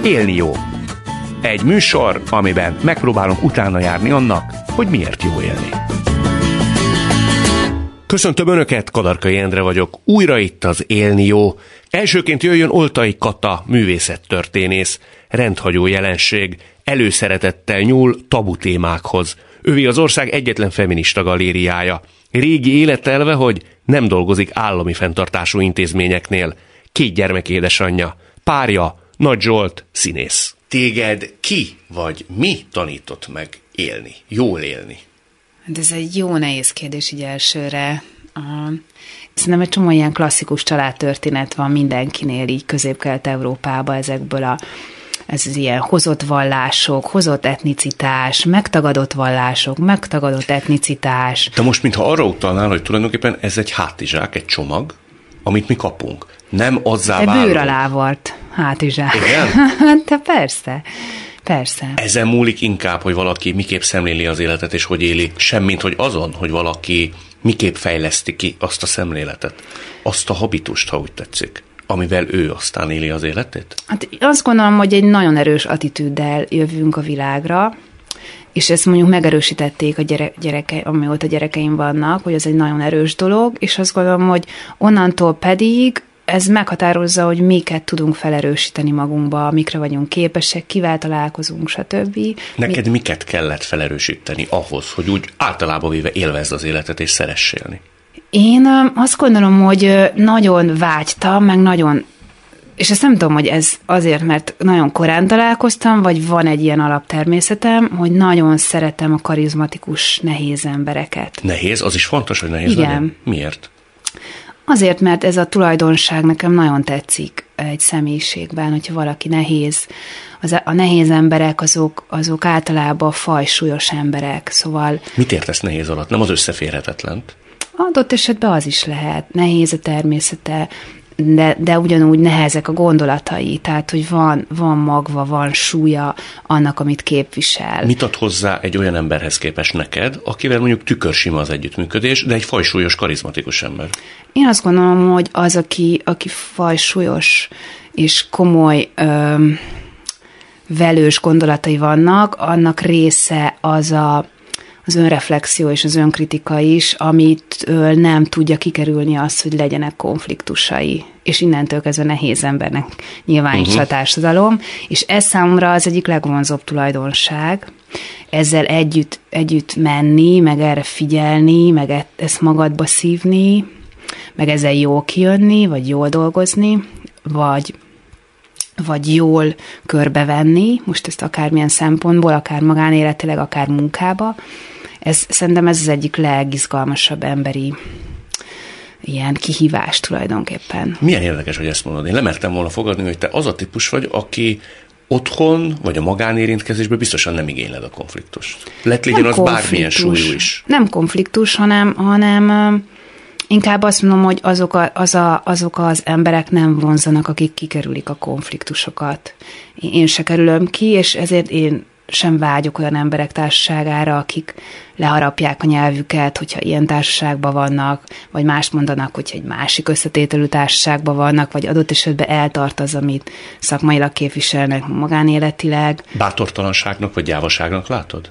Élni jó. Egy műsor, amiben megpróbálunk utána járni annak, hogy miért jó élni. Köszöntöm Önöket, Kadarkai Endre vagyok, újra itt az Élni jó. Elsőként jöjjön Oltai Kata, művészettörténész, rendhagyó jelenség, előszeretettel nyúl tabu témákhoz. Ővé az ország egyetlen feminista galériája. Régi életelve, hogy nem dolgozik állami fenntartású intézményeknél. 2 gyermek édesanyja, párja, Nagy Zsolt, színész. Téged ki vagy mi tanított meg élni, jól élni? De ez egy jó nehéz kérdés így elsőre. Szerintem egy csomó ilyen klasszikus családtörténet van mindenkinél így Közép-Kelet-Európában ezekből ez az ilyen hozott vallások, hozott etnicitás, megtagadott vallások, megtagadott etnicitás. De most mintha arra utalnál, hogy tulajdonképpen ez egy hátizsák, egy csomag, amit mi kapunk. Nem azzá válunk. Bőr alá vart hátizsák. Igen? De persze. Persze. Ezen múlik inkább, hogy valaki miképp szemléli az életet, és hogy éli, semmint, hogy azon, hogy valaki miképp fejleszti ki azt a szemléletet, azt a habitust, ha úgy tetszik, amivel ő aztán éli az életét? Hát azt gondolom, hogy egy nagyon erős attitűddel jövünk a világra, és ezt mondjuk megerősítették a amióta gyerekeim vannak, hogy ez egy nagyon erős dolog, és azt gondolom, hogy onnantól pedig ez meghatározza, hogy miket tudunk felerősíteni magunkba, mikre vagyunk képesek, kivel találkozunk, stb. Neked miket kellett felerősíteni ahhoz, hogy úgy általában véve élvezd az életet és szeress élni? Én azt gondolom, hogy nagyon vágytam, meg nagyon, és ezt nem tudom, hogy ez azért, mert nagyon korán találkoztam, vagy van egy ilyen alaptermészetem, hogy nagyon szeretem a karizmatikus, nehéz embereket. Nehéz? Az is fontos, hogy nehéz legyen? Miért? Azért, mert ez a tulajdonság nekem nagyon tetszik egy személyiségben, hogyha valaki nehéz. A nehéz emberek azok általában fajsúlyos emberek, szóval... Mit értesz nehéz alatt? Nem az összeférhetetlent? Adott esetben az is lehet. Nehéz a természete, de ugyanúgy nehezek a gondolatai, tehát, hogy van magva, van súlya annak, amit képvisel. Mit ad hozzá egy olyan emberhez képest neked, akivel mondjuk tükörsima az együttműködés, de egy fajsúlyos, karizmatikus ember? Én azt gondolom, hogy az, aki fajsúlyos és komoly, velős gondolatai vannak, annak része az önreflexió és az önkritika is, amitől nem tudja kikerülni azt, hogy legyenek konfliktusai. És innentől kezdve nehéz embernek nyilvánítsa a társadalom. És ez számomra az egyik legvonzóbb tulajdonság. Ezzel együtt menni, meg erre figyelni, meg ezt magadba szívni, meg ezzel jól kijönni, vagy jól dolgozni, vagy jól körbevenni, most ezt akármilyen szempontból, akár magánéletileg, akár munkába. Szerintem ez az egyik legizgalmasabb emberi ilyen kihívás tulajdonképpen. Milyen érdekes, hogy ezt mondod. Én lemertem volna fogadni, hogy te az a típus vagy, aki otthon, vagy a magánérintkezésben biztosan nem igényled a konfliktust. Legyen az bármilyen súlyú is. Nem konfliktus, hanem inkább azt mondom, hogy azok az emberek nem vonzanak, akik kikerülik a konfliktusokat. Én se kerülöm ki, és ezért én sem vágyok olyan emberek társaságára, akik leharapják a nyelvüket, hogyha ilyen társaságban vannak, vagy mást mondanak, hogyha egy másik összetételű társaságban vannak, vagy adott esetben eltart az, amit szakmailag képviselnek magánéletileg. Bátortalanságnak vagy gyávaságnak látod?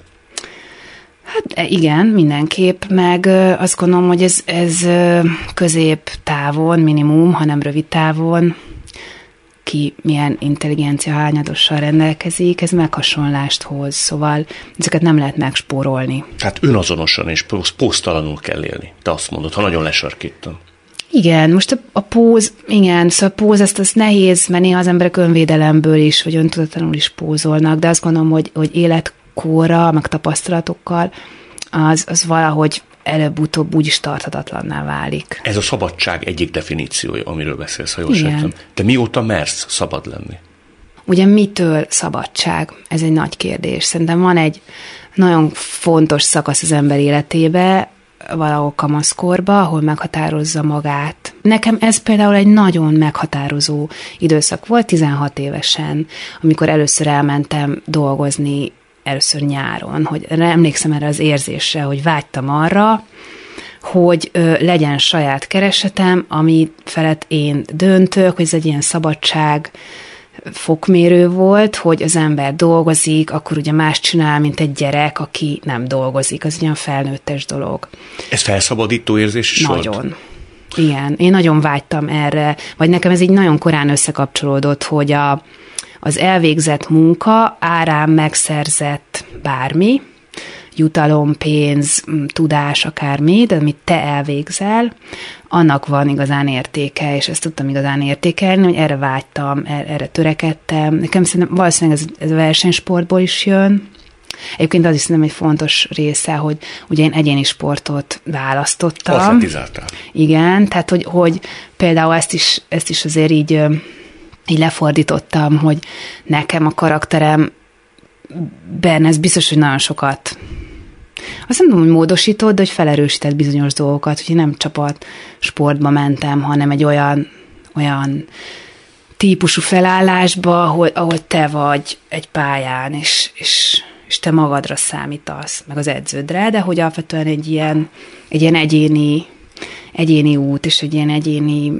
Hát igen, mindenképp, meg azt gondolom, hogy ez középtávon minimum, hanem rövid távon ki milyen intelligencia hányadossal rendelkezik, ez meghasonlást hoz, szóval ezeket nem lehet megspórolni. Tehát önazonosan és póztalanul kell élni, te azt mondod, ha nagyon lesarkítom. Igen, most a póz, igen, szóval a póz, ezt nehéz, mert néha az emberek önvédelemből is, vagy öntudatlanul is pózolnak, de azt gondolom, hogy életkorra, meg tapasztalatokkal az valahogy előbb-utóbb úgyis tarthatatlanná válik. Ez a szabadság egyik definíciója, amiről beszélsz, ha jól sejtem. De mióta mersz szabad lenni? Ugye mitől szabadság? Ez egy nagy kérdés. Szerintem van egy nagyon fontos szakasz az ember életébe, valahol kamaszkorba, ahol meghatározza magát. Nekem ez például egy nagyon meghatározó időszak volt, 16 évesen, amikor először elmentem dolgozni, először nyáron, hogy emlékszem erre az érzésre, hogy vágytam arra, hogy legyen saját keresetem, ami felett én döntök, hogy ez egy ilyen szabadság fokmérő volt, hogy az ember dolgozik, akkor ugye más csinál, mint egy gyerek, aki nem dolgozik. Az olyan felnőttes dolog. Ez felszabadító érzés is volt? Nagyon. Igen, én nagyon vágytam erre, vagy nekem ez így nagyon korán összekapcsolódott, hogy az elvégzett munka árán megszerzett bármi, jutalom, pénz, tudás, akármi, de amit te elvégzel, annak van igazán értéke, és ezt tudtam igazán értékelni, hogy erre vágytam, erre törekedtem. Nekem szerintem valószínűleg ez a versenysportból is jön. Egyébként az is szerintem egy fontos része, hogy ugye én egyéni sportot választottam. Atletizáltál. Igen, tehát hogy például ezt is azért így lefordítottam, hogy nekem a karakteremben ez biztos, hogy nagyon sokat azt nem tudom, hogy módosított, de hogy felerősített bizonyos dolgokat, hogy nem csapat sportba mentem, hanem egy olyan típusú felállásba, ahol te vagy egy pályán, és te magadra számítasz, meg az edződre, de hogy alapvetően egy ilyen egyéni út, és egy ilyen egyéni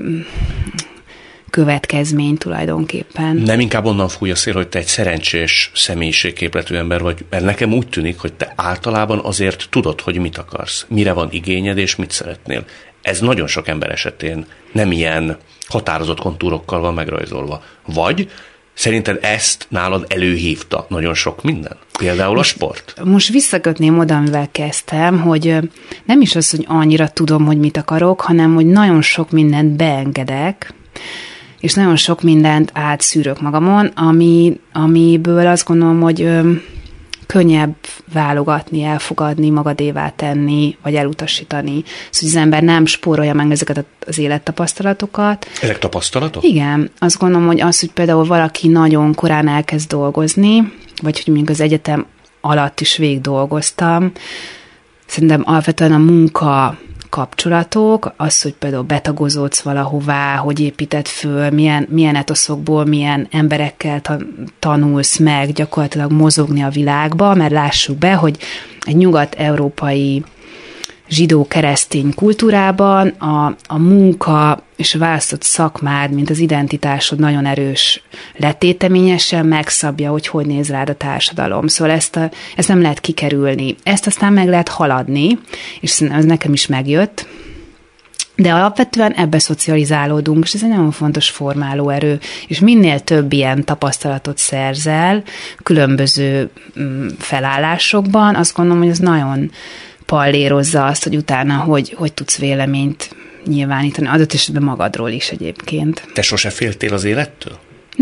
következmény tulajdonképpen. Nem inkább onnan fúj a szél, hogy te egy szerencsés személyiségképletű ember vagy, mert nekem úgy tűnik, hogy te általában azért tudod, hogy mit akarsz, mire van igényed, és mit szeretnél. Ez nagyon sok ember esetén nem ilyen határozott kontúrokkal van megrajzolva. Vagy szerinted ezt nálad előhívta nagyon sok minden? Például a sport? Most visszakötném oda, amivel kezdtem, hogy nem is az, hogy annyira tudom, hogy mit akarok, hanem hogy nagyon sok mindent beengedek, és nagyon sok mindent átszűrök magamon, amiből azt gondolom, hogy könnyebb válogatni, elfogadni, magadévá tenni, vagy elutasítani. Szóval az ember nem spórolja meg ezeket az élettapasztalatokat. Ezek tapasztalatok? Igen. Azt gondolom, hogy az, hogy például valaki nagyon korán elkezd dolgozni, vagy hogy mondjuk az egyetem alatt is végig dolgoztam, szerintem alapvetően a munka kapcsolatok, az, hogy például betagozódsz valahová, hogy építed föl, milyen etoszokból, milyen emberekkel tanulsz meg gyakorlatilag mozogni a világba, mert lássuk be, hogy egy nyugat-európai zsidó-keresztény kultúrában a munka és a választott szakmád, mint az identitásod nagyon erős letéteményesen megszabja, hogy néz rád a társadalom. Szóval ezt nem lehet kikerülni. Ezt aztán meg lehet haladni, és ez nekem is megjött, de alapvetően ebbe szocializálódunk, és ez egy nagyon fontos formáló erő, és minél több ilyen tapasztalatot szerzel különböző felállásokban, azt gondolom, hogy ez nagyon pallérozza azt, hogy utána hogy tudsz véleményt nyilvánítani, adott esetben magadról is egyébként. Te sose féltél az élettől?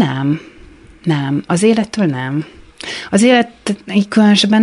Nem. Az élettől nem. Az élet így különösebben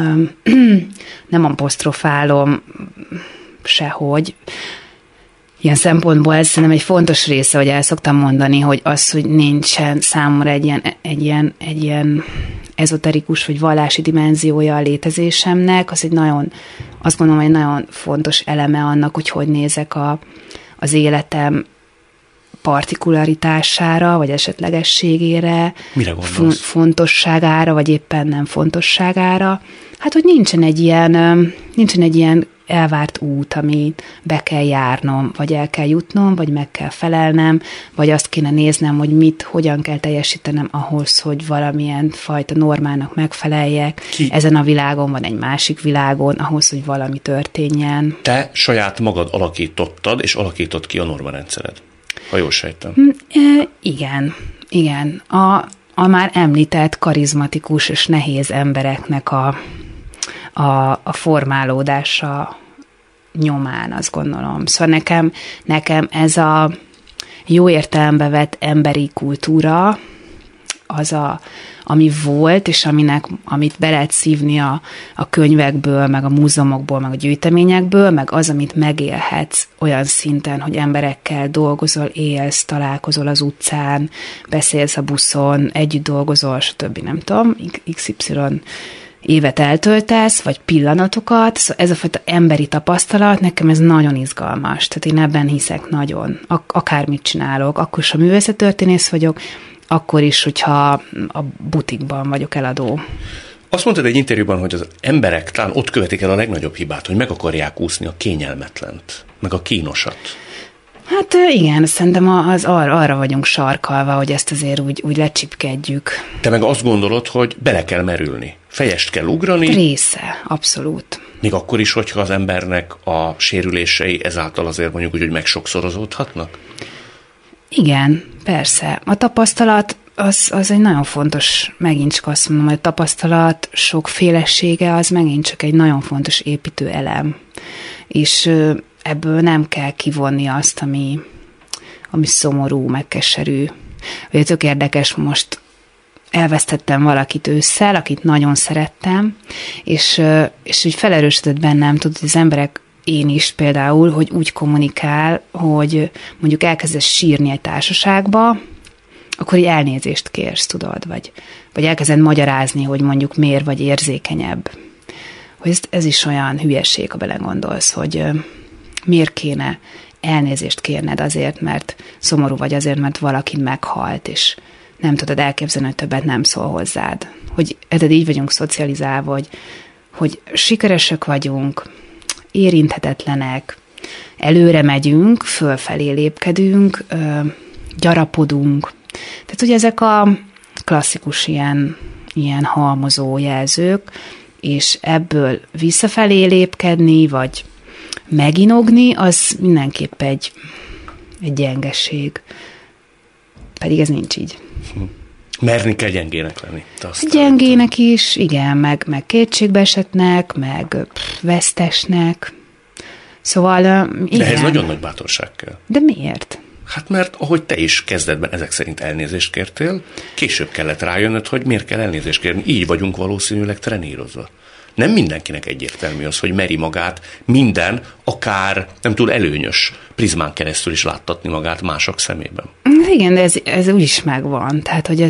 nem apostrofálom sehogy. Ilyen szempontból ez szerintem egy fontos része, hogy el szoktam mondani, hogy az, hogy nincsen számomra egy ilyen ezoterikus vagy vallási dimenziója a létezésemnek, az azt gondolom, hogy egy nagyon fontos eleme annak, hogy nézek az életem partikularitására, vagy esetlegességére, mire gondolsz? Fontosságára, vagy éppen nem fontosságára. Hát, hogy nincsen egy ilyen elvárt út, amit be kell járnom, vagy el kell jutnom, vagy meg kell felelnem, vagy azt kéne néznem, hogy hogyan kell teljesítenem ahhoz, hogy valamilyen fajta normának megfeleljek. Ezen a világon van egy másik világon, ahhoz, hogy valami történjen. Te saját magad alakítottad, és alakított ki a normarendszered. Ha jól sejtem. Igen. A már említett karizmatikus és nehéz embereknek a formálódása nyomán, azt gondolom. Szóval nekem ez a jó értelembe vett emberi kultúra, ami volt, és amit be lehet szívni a könyvekből, meg a múzeumokból, meg a gyűjteményekből, meg az, amit megélhetsz olyan szinten, hogy emberekkel dolgozol, élsz, találkozol az utcán, beszélsz a buszon, együtt dolgozol, stb. Nem tudom, XY évet eltöltesz, vagy pillanatokat, szóval ez a fajta emberi tapasztalat, nekem ez nagyon izgalmas, tehát én ebben hiszek nagyon. Akármit csinálok, akkor is, ha művészettörténész vagyok, akkor is, hogyha a butikban vagyok eladó. Azt mondtad egy interjúban, hogy az emberek talán ott követik el a legnagyobb hibát, hogy meg akarják úszni a kényelmetlent, meg a kínosat. Hát igen, szerintem arra vagyunk sarkalva, hogy ezt azért úgy lecsipkedjük. Te meg azt gondolod, hogy bele kell merülni, fejest kell ugrani. Része, abszolút. Még akkor is, hogyha az embernek a sérülései ezáltal azért mondjuk úgy, hogy megsokszorozódhatnak? Igen, persze. A tapasztalat az egy nagyon fontos, megint csak azt mondom, hogy a tapasztalat sokfélesége az megint csak egy nagyon fontos építő elem. És ebből nem kell kivonni azt, ami szomorú, meg keserű. Ugye tök érdekes, most elvesztettem valakit ősszel, akit nagyon szerettem, és úgy felerősödött bennem, tudod, hogy az emberek, én is például, hogy úgy kommunikál, hogy mondjuk elkezdesz sírni egy társaságba, akkor így elnézést kérsz, tudod, vagy elkezded magyarázni, hogy mondjuk miért vagy érzékenyebb. Hogy ez is olyan hülyeség, ha belegondolsz, hogy miért kéne elnézést kérned azért, mert szomorú vagy, azért, mert valaki meghalt, és nem tudod elképzelni, hogy többet nem szól hozzád. Hogy így vagyunk szocializálva, hogy sikeresek vagyunk, érinthetetlenek, előre megyünk, fölfelé lépkedünk, gyarapodunk. Tehát ugye ezek a klasszikus ilyen halmozó jelzők, és ebből visszafelé lépkedni, vagy meginogni, az mindenképp egy gyengeség. Pedig ez nincs így. Merni kell gyengének lenni. Gyengének is, igen, meg kétségbeesettnek, meg vesztesnek. Szóval, igen. De ehhez nagyon nagy bátorság kell. De miért? Hát mert ahogy te is kezdetben ezek szerint elnézést kértél, később kellett rájönnöd, hogy miért kell elnézést kérni. Így vagyunk valószínűleg trenírozva. Nem mindenkinek egyértelmű az, hogy meri magát minden, akár nem túl előnyös prizmán keresztül is láttatni magát mások szemében. Igen, de ez úgy is megvan. Tehát, hogy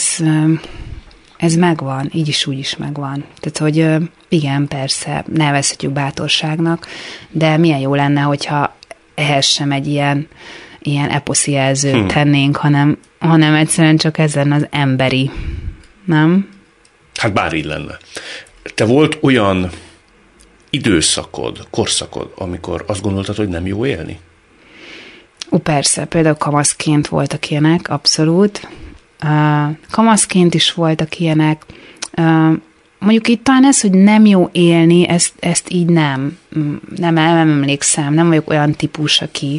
ez megvan, így is úgy is megvan. Tehát, hogy igen, persze, nevezhetjük bátorságnak, de milyen jó lenne, hogyha ehhez sem egy ilyen eposzi jelzőt tennénk, hanem egyszerűen csak ezen az emberi, nem? Hát bár így lenne. Te volt olyan időszakod, korszakod, amikor azt gondoltad, hogy nem jó élni? Persze, például kamaszként voltak ilyenek, abszolút. Kamaszként is voltak ilyenek. Mondjuk itt talán ez, hogy nem jó élni, ezt így nem emlékszem. Nem vagyok olyan típus,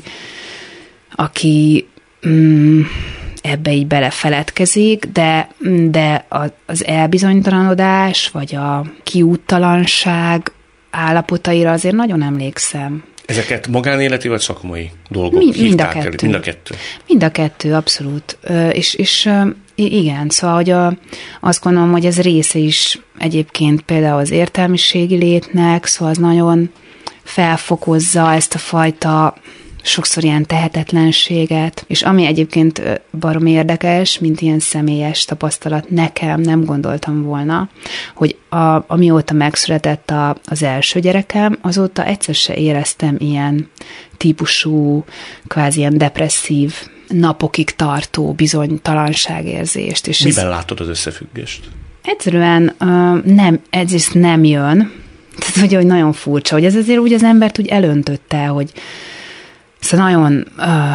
aki ebbe így belefeledkezik, de az elbizonytalanodás, vagy a kiúttalanság állapotaira azért nagyon emlékszem. Ezeket magánéleti vagy szakmai dolgok hívták el? Mind a kettő. Mind a kettő, abszolút. És igen, szóval hogy azt gondolom, hogy ez része is egyébként például az értelmiségi létnek, szóval az nagyon felfokozza ezt a fajta sokszor ilyen tehetetlenséget, és ami egyébként baromi érdekes, mint ilyen személyes tapasztalat, nekem nem gondoltam volna, hogy amióta megszületett az első gyerekem, azóta egyszer se éreztem ilyen típusú, kvázi ilyen depresszív, napokig tartó bizonytalanságérzést. És miben látod az összefüggést? Egyszerűen egyrészt nem jön, tehát hogy nagyon furcsa, hogy ez azért úgy az embert úgy elöntötte, hogy szóval nagyon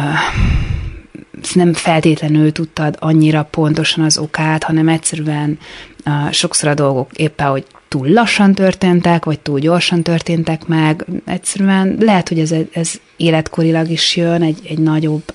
nem feltétlenül tudtad annyira pontosan az okát, hanem egyszerűen sokszor a dolgok éppen, hogy túl lassan történtek, vagy túl gyorsan történtek meg. Egyszerűen lehet, hogy ez életkorilag is jön, egy nagyobb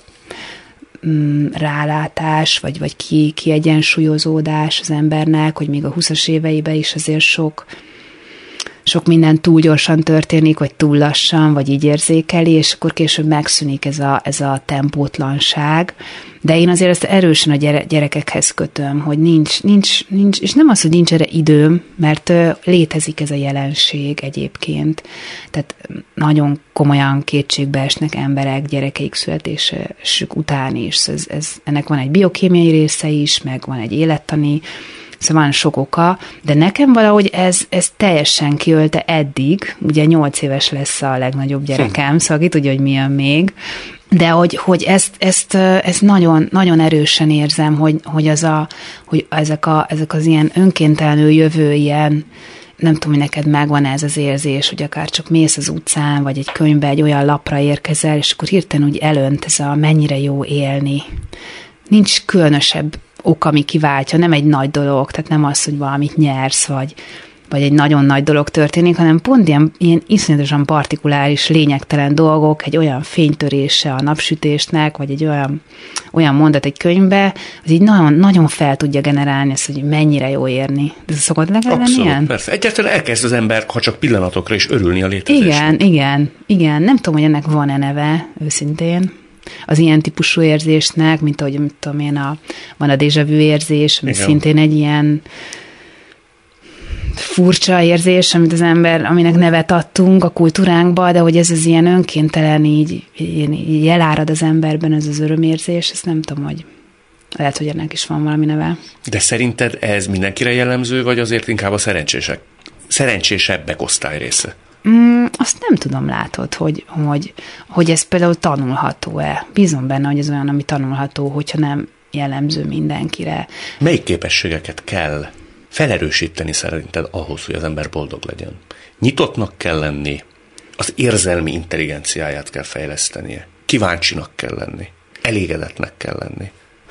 rálátás, vagy kiegyensúlyozódás az embernek, hogy még a 20-as éveiben is azért sok minden túl gyorsan történik, vagy túl lassan, vagy így érzékeli, és akkor később megszűnik ez a tempótlanság. De én azért ezt erősen a gyerekekhez kötöm, hogy nincs, és nem az, hogy nincs erre időm, mert létezik ez a jelenség egyébként. Tehát nagyon komolyan kétségbe esnek emberek gyerekeik születésük után is. Ennek van egy biokémiai része is, meg van egy élettani, szóval van sok oka, de nekem valahogy ez teljesen kiölte eddig, ugye 8 éves lesz a legnagyobb gyerekem, szóval ki tudja, hogy mi jön még, de hogy ezt nagyon, nagyon erősen érzem, hogy ezek az ilyen önkéntelenül jövő ilyen nem tudom, hogy neked megvan ez az érzés, hogy akár csak mész az utcán, vagy egy könyvbe egy olyan lapra érkezel, és akkor hirtelen úgy elönt ez a mennyire jó élni. Nincs különösebb ok, ami kiváltja, nem egy nagy dolog, tehát nem az, hogy valamit nyersz, vagy egy nagyon nagy dolog történik, hanem pont ilyen iszonyatosan partikuláris, lényegtelen dolgok, egy olyan fénytörése a napsütésnek, vagy egy olyan mondat egy könyvbe, az így nagyon, nagyon fel tudja generálni ezt, hogy mennyire jó érni. De ez szokott lenni ilyen? Persze. Egyáltalán elkezd az ember, ha csak pillanatokra is örülni a létezésnek. Igen. Nem tudom, hogy ennek van-e neve, őszintén. Az ilyen típusú érzésnek, mint ahogy, mit tudom én, van a déjà vu érzés, ami szintén egy ilyen furcsa érzés, amit az ember, aminek nevet adtunk a kultúránkba, de hogy ez az ilyen önkéntelen így elárad az emberben ez az örömérzés, ezt nem tudom, hogy lehet, hogy ennek is van valami neve. De szerinted ez mindenkire jellemző, vagy azért inkább a szerencsésebbek osztály része? Azt nem tudom, látod, hogy ez például tanulható-e. Bízom benne, hogy ez olyan, ami tanulható, hogyha nem jellemző mindenkire. Melyik képességeket kell felerősíteni szerinted ahhoz, hogy az ember boldog legyen? Nyitottnak kell lenni, az érzelmi intelligenciáját kell fejlesztenie, kíváncsinak kell lenni, elégedetnek kell lenni.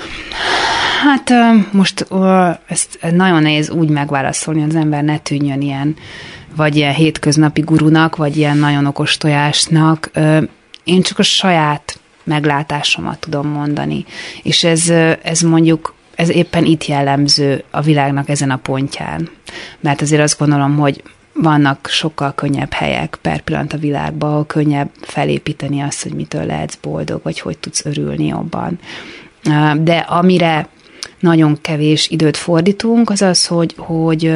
Hát most ezt nagyon nehéz úgy megválaszolni, hogy az ember ne tűnjön ilyen, vagy ilyen hétköznapi gurunak, vagy ilyen nagyon okos tojásnak. Én csak a saját meglátásomat tudom mondani. És ez mondjuk, ez éppen itt jellemző a világnak ezen a pontján. Mert azért azt gondolom, hogy vannak sokkal könnyebb helyek per pillanat a világban, ahol könnyebb felépíteni azt, hogy mitől lehetsz boldog, vagy hogy tudsz örülni jobban. De amire nagyon kevés időt fordítunk, az az, hogy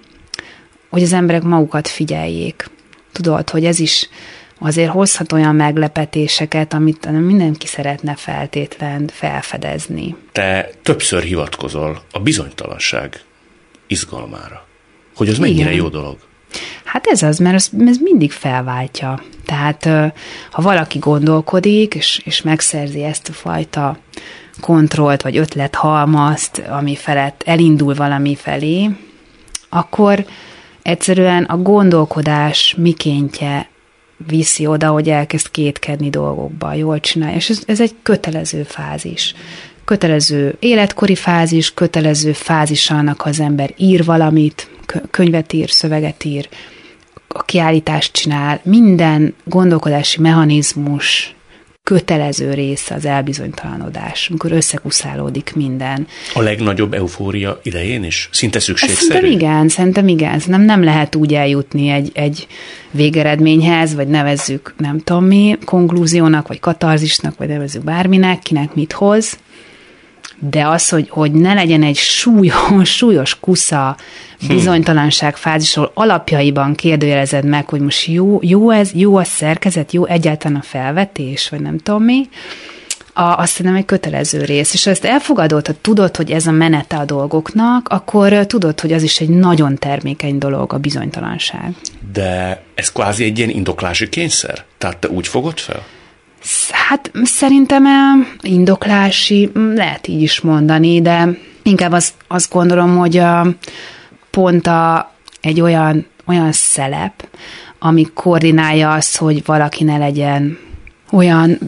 az emberek magukat figyeljék. Tudod, hogy ez is azért hozhat olyan meglepetéseket, amit mindenki szeretne feltétlen felfedezni. Te többször hivatkozol a bizonytalanság izgalmára. Hogy az mennyire jó dolog? Hát ez az, mert ez mindig felváltja. Tehát ha valaki gondolkodik, és megszerzi ezt a fajta kontrollt, vagy ötlethalmazt, ami felett elindul valami felé, akkor egyszerűen a gondolkodás mikéntje viszi oda, hogy elkezd kétkedni dolgokba, jól csinálja. És ez egy kötelező fázis. Kötelező életkori fázis, kötelező fázis annak, ha az ember ír valamit, könyvet ír, szöveget ír, a kiállítást csinál, minden gondolkodási mechanizmus kötelező része az elbizonytalanodás, amikor összekuszálódik minden. A legnagyobb eufória idején is? Szinte szükségszerű? Szerintem igen. Nem lehet úgy eljutni egy végeredményhez, vagy nevezzük, nem tudom mi, konklúziónak, vagy katarzisnak, vagy nevezzük bárminek, kinek mit hoz, de az, hogy ne legyen egy súlyos kusza bizonytalanság fázisról alapjaiban kérdőjelezed meg, hogy most jó a szerkezet, jó egyáltalán a felvetés, vagy nem tudom mi, azt nem egy kötelező rész. És ha ezt elfogadod, ha tudod, hogy ez a menete a dolgoknak, akkor tudod, hogy az is egy nagyon termékeny dolog, a bizonytalanság. De ez kvázi egy ilyen indoklási kényszer? Tehát te úgy fogod fel? Hát szerintem indoklási, lehet így is mondani, de inkább azt gondolom, hogy pont egy olyan szelep, ami koordinálja azt, hogy valaki ne legyen olyan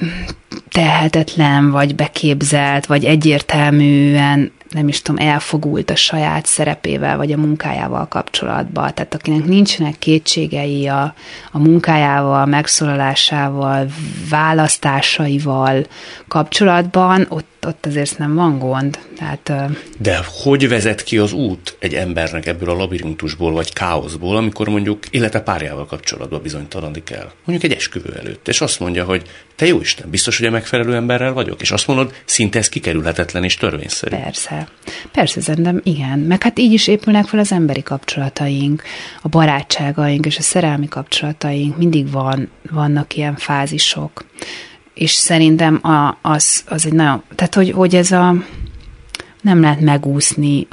tehetetlen, vagy beképzelt, vagy egyértelműen, nem is tudom, elfogult a saját szerepével, vagy a munkájával kapcsolatban. Tehát akinek nincsenek kétségei a munkájával, megszólalásával, választásaival kapcsolatban, ott azért nem van gond. Tehát, de hogy vezet ki az út egy embernek ebből a labirintusból, vagy káoszból, amikor mondjuk élete párjával kapcsolatban bizonytalanodik el? Mondjuk egy esküvő előtt, és azt mondja, hogy te jóisten, biztos, hogy a megfelelő emberrel vagyok? És azt mondod, szinte ez kikerülhetetlen és törvényszerű. Persze, szerintem igen. Meg hát így is épülnek fel az emberi kapcsolataink, a barátságaink és a szerelmi kapcsolataink. Mindig vannak ilyen fázisok. És szerintem az egy nagyon... Tehát, hogy ez nem lehet megúszni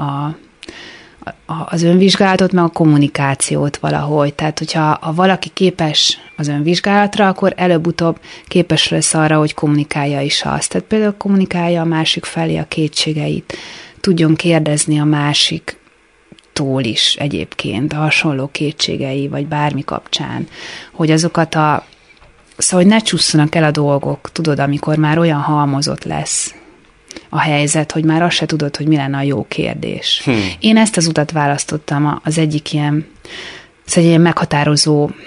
az önvizsgálatot, meg a kommunikációt valahogy. Tehát, hogyha valaki képes az önvizsgálatra, akkor előbb-utóbb képes lesz arra, hogy kommunikálja is azt. Tehát például kommunikálja a másik felé a kétségeit, tudjon kérdezni a másiktól mástól is egyébként, a hasonló kétségei, vagy bármi kapcsán, hogy azokat szóval, hogy ne csusszanak el a dolgok, tudod, amikor már olyan halmozott lesz a helyzet, hogy már azt se tudod, hogy mi lenne a jó kérdés. Én ezt az utat választottam, az egyik ilyen, meghatározó,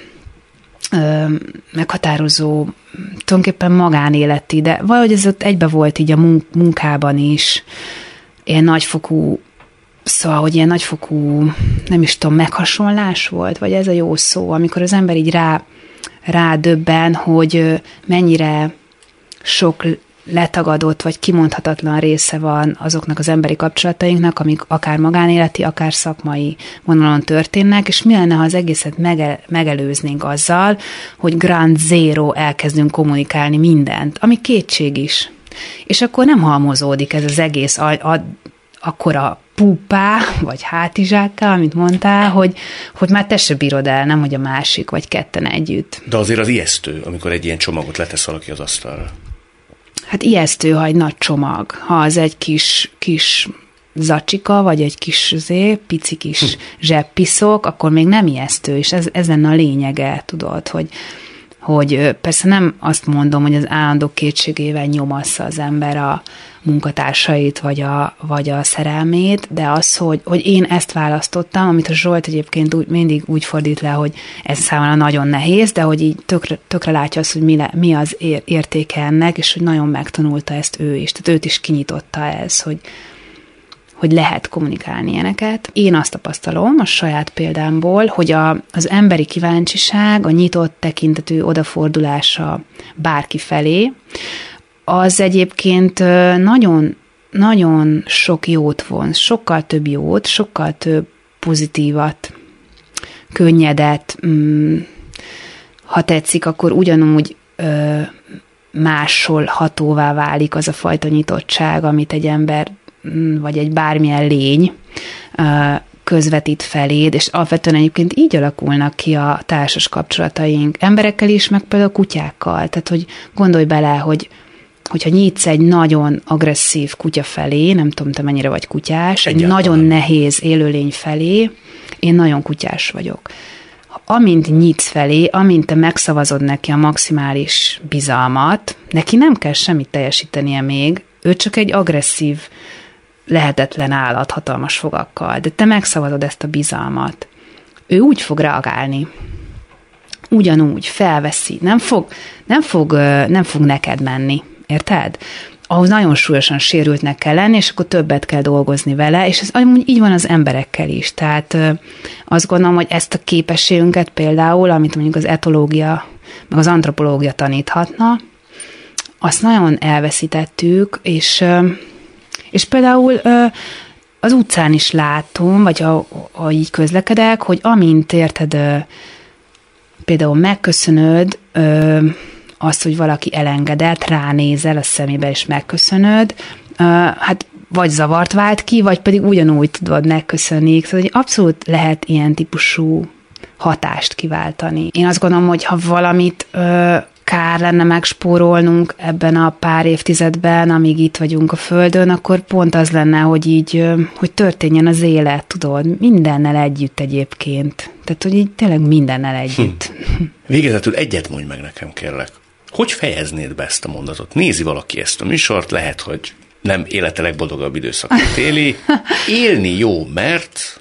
tulajdonképpen magánéleti, de valahogy ez ott egybe volt így a munkában is, ilyen nagyfokú, szóval, hogy ilyen nagyfokú, nem is tudom, meghasonlás volt, vagy ez a jó szó, amikor az ember így rádöbben, hogy mennyire sok letagadott, vagy kimondhatatlan része van azoknak az emberi kapcsolatainknak, amik akár magánéleti, akár szakmai vonalon történnek, és mi lenne, ha az egészet megelőznénk azzal, hogy ground zero elkezdünk kommunikálni mindent, ami kétség is. És akkor nem halmozódik ez az egész akkora púpá, vagy hátizsákká, amit mondtál, hogy már te se bírod el, nem, hogy a másik, vagy ketten együtt. De azért az ijesztő, amikor egy ilyen csomagot letesz valaki az asztalra. Hát ijesztő, ha egy nagy csomag, ha az egy kis zacsika, vagy egy kis pici kis zsebpiszok, akkor még nem ijesztő, és ez lenne a lényege, tudod, hogy persze nem azt mondom, hogy az állandó kétségével nyomassza az ember a munkatársait, vagy a szerelmét, de az, hogy én ezt választottam, amit a Zsolt egyébként mindig úgy fordít le, hogy ez számomra nagyon nehéz, de hogy így tökre látja azt, hogy mi az értéke ennek, és hogy nagyon megtanulta ezt ő is. Tehát őt is kinyitotta ez, hogy lehet kommunikálni ilyeneket. Én azt tapasztalom a saját példámból, hogy az emberi kíváncsiság, a nyitott tekintetű odafordulása bárki felé, az egyébként nagyon, nagyon sok jót von, sokkal több jót, sokkal több pozitívat, könnyedet, ha tetszik, akkor ugyanúgy máshol hatóvá válik az a fajta nyitottság, amit egy ember, vagy egy bármilyen lény közvetít feléd, és alapvetően egyébként így alakulnak ki a társas kapcsolataink emberekkel is, meg például kutyákkal. Tehát, hogy gondolj bele, hogyha nyitsz egy nagyon agresszív kutya felé, nem tudom, te mennyire vagy kutyás, egy nagyon nehéz élőlény felé, én nagyon kutyás vagyok. Amint nyitsz felé, amint te megszavazod neki a maximális bizalmat, neki nem kell semmit teljesítenie még, ő csak egy agresszív, lehetetlen állat hatalmas fogakkal, de te megszavazod ezt a bizalmat. Ő úgy fog reagálni, ugyanúgy felveszi, nem fog neked menni, érted? Ahhoz nagyon súlyosan sérültnek kell lenni, és akkor többet kell dolgozni vele, és ez amúgy így van az emberekkel is. Tehát azt gondolom, hogy ezt a képességünket például, amit mondjuk az etológia, meg az antropológia taníthatna, azt nagyon elveszítettük, és például az utcán is látom, vagy ha így közlekedek, hogy amint érted, például megköszönöd azt, hogy valaki elengedett, ránézel a szemébe, és megköszönöd, hát vagy zavart vált ki, vagy pedig ugyanúgy tudod megköszönni. Szóval hogy abszolút lehet ilyen típusú hatást kiváltani. Én azt gondolom, hogy ha valamit kár lenne megspórolnunk ebben a pár évtizedben, amíg itt vagyunk a Földön, akkor pont az lenne, hogy így, hogy történjen az élet, tudod, mindennel együtt egyébként. Tehát, hogy így tényleg mindennel együtt. Végezetül egyet mondj meg nekem, kérlek. Hogy fejeznéd be ezt a mondatot? Nézi valaki ezt a műsort, lehet, hogy nem élete legboldogabb időszakot éli. Élni jó, mert...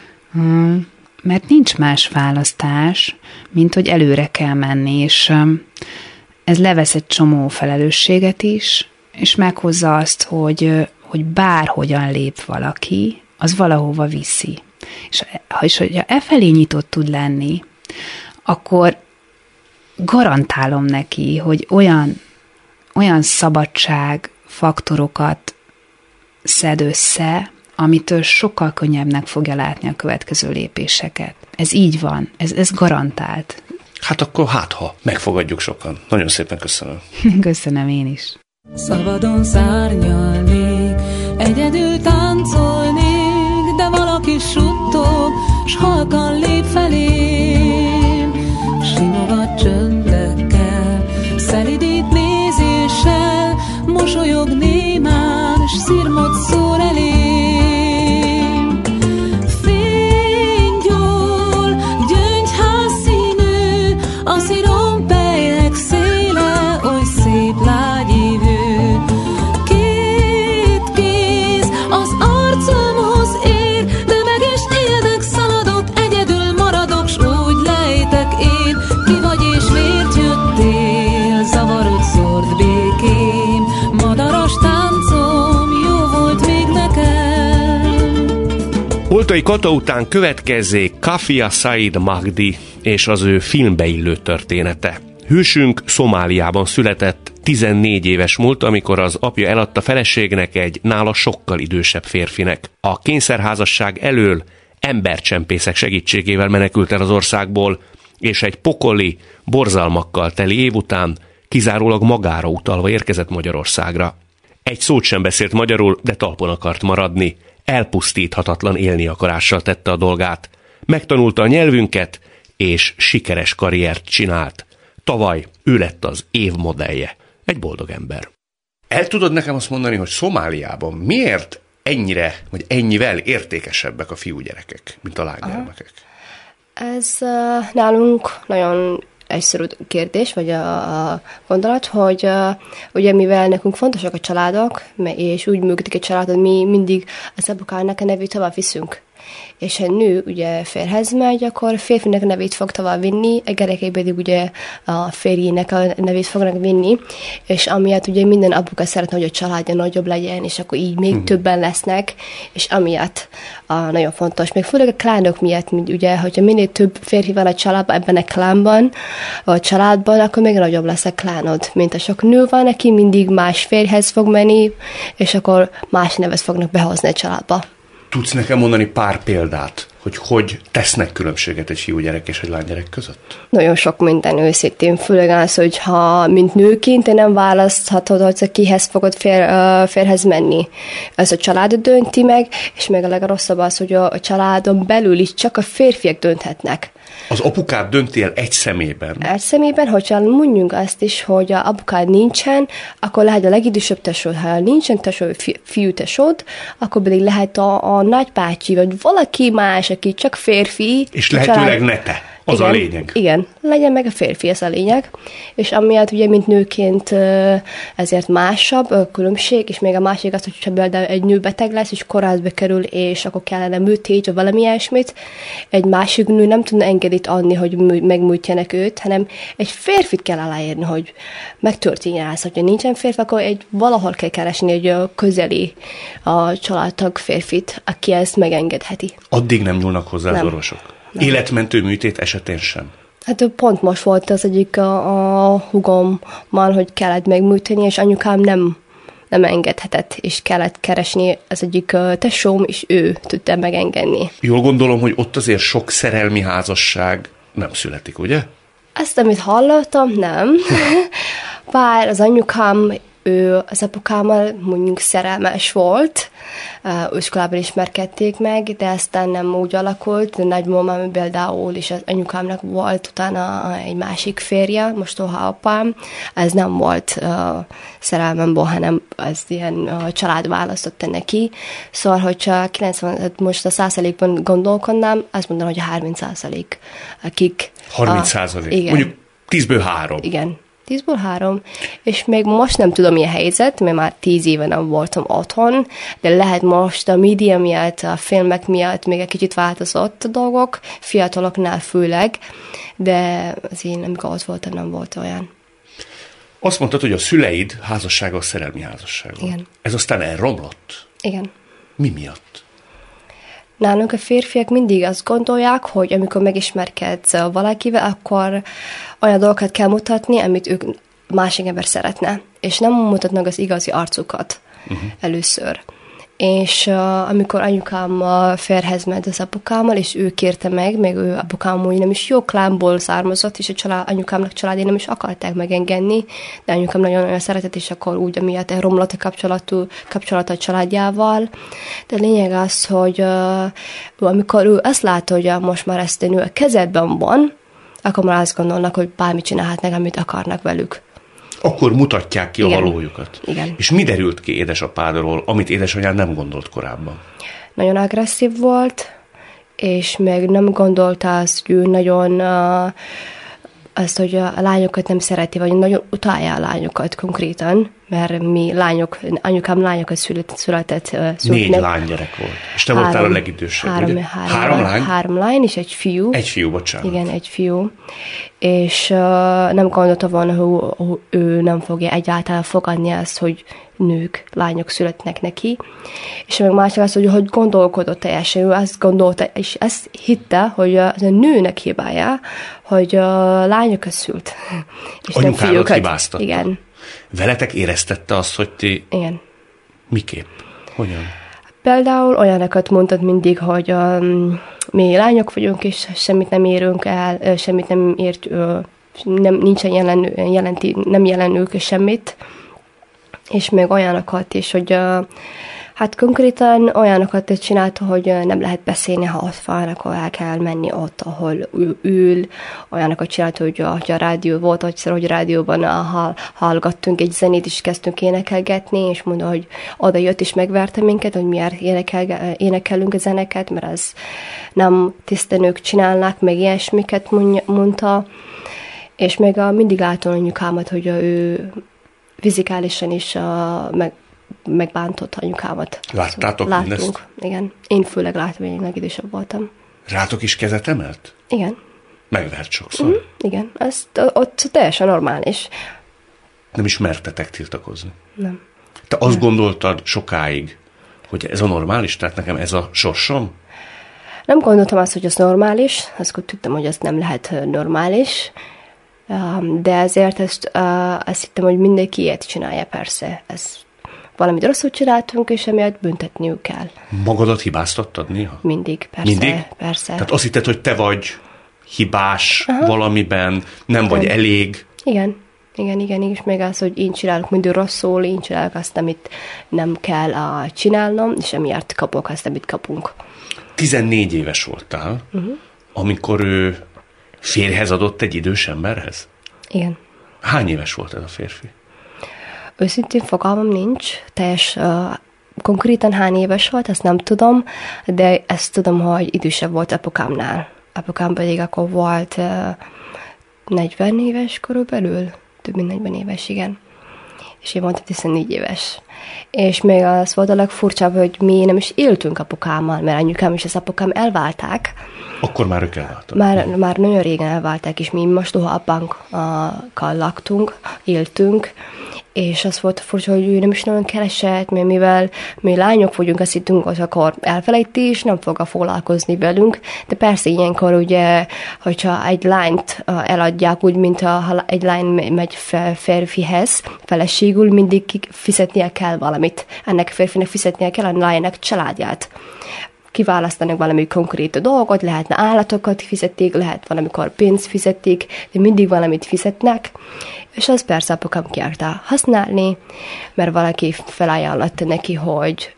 Mert nincs más választás, mint hogy előre kell menni, és ez levesz egy csomó felelősséget is, és meghozza azt, hogy bárhogyan lép valaki, az valahova viszi. És hogyha felé nyitott tud lenni, akkor garantálom neki, hogy olyan szabadság faktorokat szed össze, amitől sokkal könnyebbnek fogja látni a következő lépéseket. Ez így van, ez garantált. Hát akkor ha megfogadjuk sokan. Nagyon szépen köszönöm. Köszönöm én is. Szabadon szárnyalnék, egyedül táncolnék, de valaki suttog, s halkan lép felém. Simogat csöndekkel, szelidít nézéssel, mosolyog némán, s szirmot szól elém. Fél Oltai Kata után következzék Kafia Said Mahdi és az ő filmbe illő története. Hősünk Szomáliában született, 14 éves múlt, amikor az apja eladta feleségnek egy nála sokkal idősebb férfinek. A kényszerházasság elől embercsempészek segítségével menekült el az országból, és egy pokoli, borzalmakkal teli év után kizárólag magára utalva érkezett Magyarországra. Egy szót sem beszélt magyarul, de talpon akart maradni. Elpusztíthatatlan élni akarással tette a dolgát. Megtanulta a nyelvünket, és sikeres karriert csinált. Tavaly ő lett az év modellje. Egy boldog ember. El tudod nekem azt mondani, hogy Szomáliában miért ennyire, vagy ennyivel értékesebbek a fiúgyerekek, mint a lánygyermekek? Ez nálunk nagyon egyszerű kérdés, vagy a gondolat, hogy ugye mivel nekünk fontosak a családok, és úgy működik egy család, hogy mi mindig az apukának a nevét tovább viszünk. És ha nő ugye férhez megy, akkor férfinek a nevét fog tovább vinni, a gyerekei pedig ugye a férjének a nevét fognak vinni, és amiatt ugye minden apuka szeretne, hogy a családja nagyobb legyen, és akkor így még többen lesznek, és amiatt nagyon fontos. Még főleg a klánok miatt, ugye, hogyha minél több férfi van a családban, ebben a klánban, a családban, akkor még nagyobb lesz a klánod. Mint a sok nő van, aki mindig más férjhez fog menni, és akkor más nevet fognak behozni a családba. Tudsz nekem mondani pár példát, hogy tesznek különbséget egy fiúgyerek és egy lánygyerek között? Nagyon sok minden őszintén, főleg az, hogy ha mint nőként te nem választhatod, hogy kihez fogod férhez menni. Ez a család dönti meg, és még a legrosszabb az, hogy a családon belül is csak a férfiak dönthetnek. Az apukád dönti el egy személyben? Egy személyben, hogyha mondjuk azt is, hogy a apukád nincsen, akkor lehet a legidősebb tesód. Ha nincsen fiú tesód, akkor pedig lehet a nagybácsi, vagy valaki más, aki csak férfi. És lehetőleg ne te. Az igen, a lényeg. Igen, legyen meg a férfi, ez a lényeg. És amiatt ugye, mint nőként ezért másabb a különbség, és még a másik az, hogyha például egy nő beteg lesz, és kórházba kerül, és akkor kellene műtét, vagy valami ilyesmit, egy másik nő nem tudna engedélyt adni, hogy megműtjenek őt, hanem egy férfit kell aláírni, hogy megtörténjen ez. Hogyha nincsen férfi, akkor valahol kell keresni egy közeli a családtag férfit, aki ezt megengedheti. Addig nem nyúlnak hozzá az orvosok? Életmentő műtét esetén sem? Hát pont most volt az egyik a hugommal, hogy kellett megműteni, és anyukám nem engedhetett, és kellett keresni az egyik tesóm, és ő tudta megengedni. Jól gondolom, hogy ott azért sok szerelmi házasság nem születik, ugye? Ezt, amit hallottam, nem. Bár az anyukám, ő az apukámmal mondjuk szerelmes volt, iskolában ismerkedték meg, de aztán nem úgy alakult. Nagymamám például, és az anyukámnak volt utána egy másik férje, mostoha apám, ez nem volt szerelmemból, hanem ez ilyen család választotta neki. Szóval, hogyha 90, most a 100%-ban gondolkodnám, azt mondanám, hogy a 30%, akik... 30%? Igen. Mondjuk 10-ből 3. Igen. 10-ből 3, és még most nem tudom, milyen helyzet, mert már 10 éve nem voltam otthon, de lehet most a média miatt, a filmek miatt még egy kicsit változott a dolgok, fiataloknál főleg, de az én, amikor ott voltam, nem volt olyan. Azt mondtad, hogy a szüleid házassága a szerelmi házasság volt. Igen. Ez aztán elromlott? Igen. Mi miatt? Nálunk a férfiak mindig azt gondolják, hogy amikor megismerkedsz valakivel, akkor olyan dolgokat kell mutatni, amit ők másik ember szeretne, és nem mutatnak az igazi arcukat először. És amikor anyukám férhez ment az apukámmal, és ő kérte meg ő apukám úgy nem is jó klánból származott, és anyukámnak családjai nem is akarták megengedni, de anyukám nagyon szeretett, és akkor úgy, amiatt elromlott a kapcsolat a családjával. De lényeg az, hogy amikor ő azt látta, hogy most már ezt a nő a kezedben van, akkor már azt gondolnak, hogy bármit csinálhatnak, amit akarnak velük. Akkor mutatják ki a valójukat. Igen. És mi derült ki édesapádról, amit édesanyád nem gondolt korábban? Nagyon agresszív volt, és meg nem gondolta azt, hogy ő nagyon azt, hogy a lányokat nem szereti, vagy nagyon utálja a lányokat konkrétan, mert mi lányok, anyukám lányokat született. 4 lánygyerek volt. És te voltál a legidősebb, ugye? 3 lány? 3 lány és egy fiú. Egy fiú, bocsánat. Igen, egy fiú. És nem gondolta volna, hogy ő nem fogja egyáltalán fogadni ezt, hogy nők, lányok születnek neki. És meg másik az, hogy gondolkodott teljesen. Ő azt gondolta, és ezt hitte, hogy az a nőnek hibája, hogy lányokat szült. És nem fiúkat. Hibáztatta. Igen. Veletek éreztette azt, hogy ti... Igen. Miképp? Hogyan? Például olyanokat mondtad mindig, hogy mi lányok vagyunk, és semmit nem érünk el, semmit nem ért, nincsen nem jelenünk semmit, és még olyanokat is, hogy hát konkrétan olyanokat csinálta, hogy nem lehet beszélni, ha ott van, akkor el kell menni ott, ahol ül. Olyanokat csinálta, hogy a rádió volt, hogy rádióban hallgattunk egy zenét, és kezdtünk énekelgetni, és mondta, hogy oda jött és megverte minket, hogy miért énekelünk a zeneket, mert az nem tisztenők csinálnak, meg ilyesmiket mondta. És még mindig látom anyukámat, hogy ő fizikálisan is megbántott anyukámat. Láttátok mindezt? Igen. Én főleg látom, hogy én legidősebb voltam. Rátok is kezet emelt? Igen. Megvert sokszor? Igen. Ez ott teljesen normális. Nem is mertetek tiltakozni? Nem. Te azt gondoltad sokáig, hogy ez a normális? Tehát nekem ez a sorsom? Nem gondoltam azt, hogy ez normális. Azt tudtam, hogy ez nem lehet normális. De ezért ezt hittem, hogy mindenki ilyet csinálja, persze. Ez valamit rosszul csináltunk, és emiatt büntetniük kell. Magadat hibáztattad néha? Mindig, persze. Mindig? Persze. Tehát azt hitted, hogy te vagy hibás valamiben, nem vagy elég? Igen, és még az, hogy én csinálok mindig rosszul, én csinálok azt, amit nem kell csinálnom, és emiatt kapok azt, amit kapunk. 14 éves voltál, amikor ő férjhez adott egy idős emberhez? Igen. Hány éves volt ez a férfi? Őszintén fogalmam nincs, konkrétan hány éves volt, ezt nem tudom, de ezt tudom, hogy idősebb volt apukámnál. Apukám pedig akkor volt 40 éves körülbelül, több mint 40 éves, igen. És én voltam 14 éves. És még az volt a legfurcsább, hogy mi nem is éltünk apukámmal, mert anyukám és az apukám elválták. Akkor már ők elváltak. Már nagyon régen elválták, és mi mostohabankkal laktunk, éltünk, és az volt furcsa, hogy ő nem is nagyon keresett, mert mivel mi lányok vagyunk, azt hittünk, hogy akkor elfelejti, és nem fog foglalkozni velünk. De persze ilyenkor ugye, hogyha egy lányt eladják úgy, mint egy lány megy férfihez, feleségül, mindig fizetnie kell valamit. Ennek a férfinek fizetnie kell a lánynak családját. Kiválasztanak valami konkrét dolgot, lehetne állatokat fizetik, lehet valamikor pénzt fizetik, de mindig valamit fizetnek, és az persze apukám kérte használni, mert valaki felajánlotta neki, hogy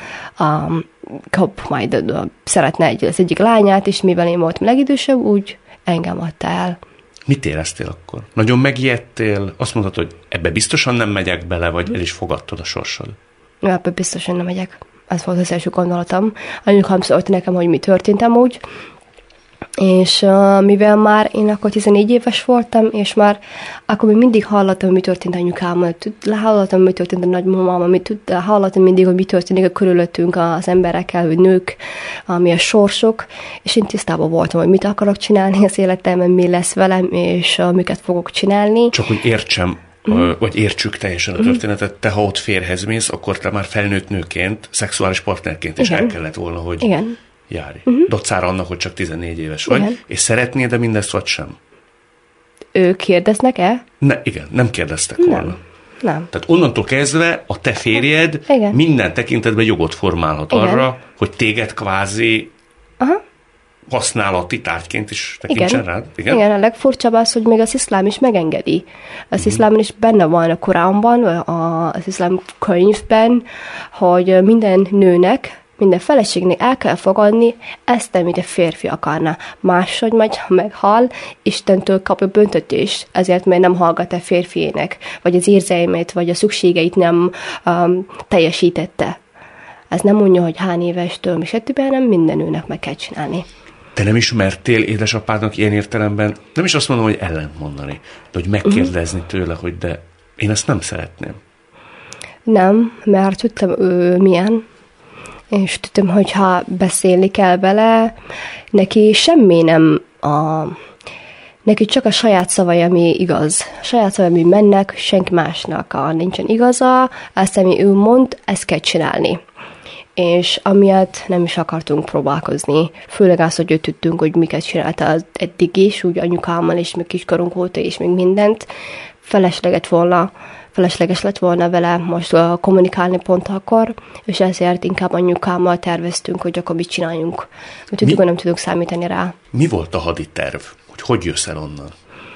kap majd szeretne az egyik lányát, és mivel én voltam legidősebb, úgy engem adta el. Mit éreztél akkor? Nagyon megijedtél? Azt mondtad, hogy ebbe biztosan nem megyek bele, vagy el is fogadtad a sorsod? Ebbe biztosan nem megyek. Ez volt az első gondolatom. Anyukám szólt nekem, hogy mi történt amúgy, és mivel már én akkor 14 éves voltam, és már akkor még mindig hallottam, hogy mi történt anyukámmal, hallottam, mi történt a nagymamámmal, hallottam mindig, hogy mi történik a körülöttünk az emberekkel, hogy nők, mi a sorsok, és én tisztában voltam, hogy mit akarok csinálni az életemben, mi lesz velem, és miket fogok csinálni. Csak hogy értsem, vagy értsük teljesen a történetet, te ha ott férjhez mész, akkor te már felnőtt nőként, szexuális partnerként is el kellett volna, hogy járj. Dacára annak, hogy csak 14 éves vagy, és szeretnéd-e mindezt, vagy sem? Ők kérdeznek-e? Igen, nem kérdeztek volna. Nem. Tehát onnantól kezdve a te férjed minden tekintetben jogot formálhat arra, hogy téged kvázi használati tárgyként is tekintsen rád? Igen, a legfurcsább az, hogy még az iszlám is megengedi. Az iszlámban is benne van a Koránban, az iszlám könyvben, hogy minden nőnek, minden feleségnek el kell fogadni ezt, amit a férfi akarna. Máshogy majd, ha meghal, Istentől kap a büntetést, ezért mert nem hallgat a férfiének, vagy az érzelmét, vagy a szükségeit nem teljesítette. Ez nem mondja, hogy hány évestől, és ettében nem minden nőnek meg kell csinálni. Te nem ismertél édesapádnak ilyen értelemben, nem is azt mondom, hogy ellent mondani, de hogy megkérdezni tőle, hogy de én ezt nem szeretném. Nem, mert tudtam ő milyen, és tudtam, hogy ha beszélni kell vele, neki semmi nem neki csak a saját szavai, ami igaz. A saját szavai, ami mennek, senki másnak nincsen igaza, azt, ami ő mond, ezt kell csinálni. És amiatt nem is akartunk próbálkozni. Főleg az, hogy tudtunk, hogy miket csinálta eddig is, úgy anyukámmal, és még kiskorunk óta, és még mindent. Felesleges lett volna vele most kommunikálni pont akkor, és ezért inkább anyukámmal terveztünk, hogy akkor mit csináljunk. Tudjuk, hogy nem tudunk számítani rá. Mi volt a haditerv? Hogy jössz el onnan?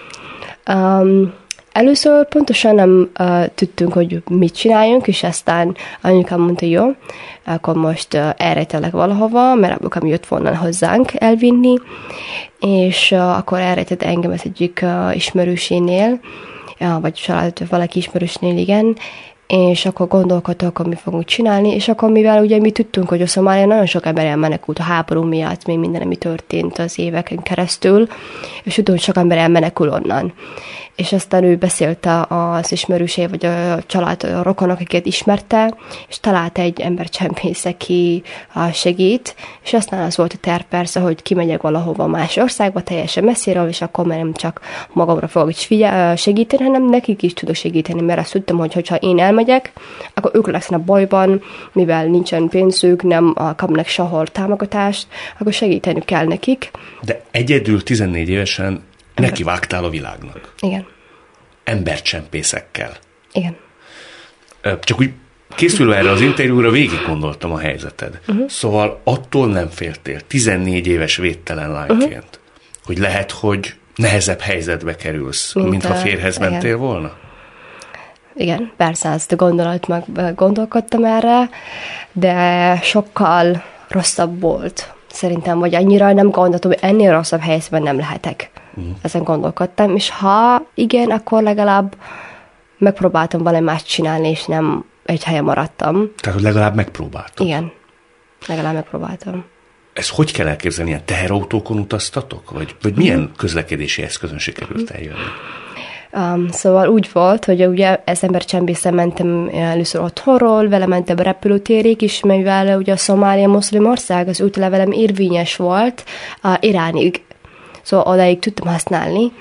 Először pontosan nem tudtunk, hogy mit csináljunk, és aztán anyukám mondta, jó, akkor most elrejtelek valahova, mert apukám jött volna hozzánk elvinni, és akkor elrejtett engem az egyik ismerősénél, vagy család, valaki ismerősnél, igen, és akkor gondolkodtak, hogy mi fogunk csinálni, és akkor mivel ugye mi tudtunk, hogy a Szomália nagyon sok ember elmenekült a háború miatt, még minden, ami történt az éveken keresztül, és tudtunk, hogy sok ember elmenekül onnan. És aztán ő beszélte az ismerősé, vagy a család, a rokonok, akiket ismerte, és talált egy embercsempész, aki segít, és aztán az volt a terv persze, hogy kimegyek valahova más országba, teljesen messziről, és akkor már nem csak magamra fogok segíteni, hanem nekik is tudok segíteni, mert azt tudtam, hogy ha én elmegyek, akkor ők lesznek bajban, mivel nincsen pénzük, nem kapnak sehol támogatást, akkor segíteni kell nekik. De egyedül 14 évesen nekivágtál a világnak. Igen. Embercsempészekkel. Igen. Csak úgy készülve erre az interjúra végig gondoltam a helyzeted. Szóval attól nem féltél, 14 éves védtelen lányként, hogy lehet, hogy nehezebb helyzetbe kerülsz, mintha férjhez mentél volna? Igen, persze, ezt gondolkodtam erre, de sokkal rosszabb volt. Szerintem, vagy annyira nem gondoltam, hogy ennél rosszabb helyzetben nem lehetek. Ezen gondolkodtam, és ha igen, akkor legalább megpróbáltam valami más csinálni, és nem egy helyen maradtam. Tehát, hogy legalább megpróbáltam. Igen, legalább megpróbáltam. Ez hogy kell elképzelni? Ilyen teherautókon utaztatok? Vagy milyen közlekedési eszközön sikerült eljönni? Szóval úgy volt, hogy ugye ez embercsempészen mentem először otthonról, vele mentem a repülőtérig is, mivel ugye a Szomália muszlim ország, az útlevelem érvényes volt Iránig. Szóval odáig tudtam használni,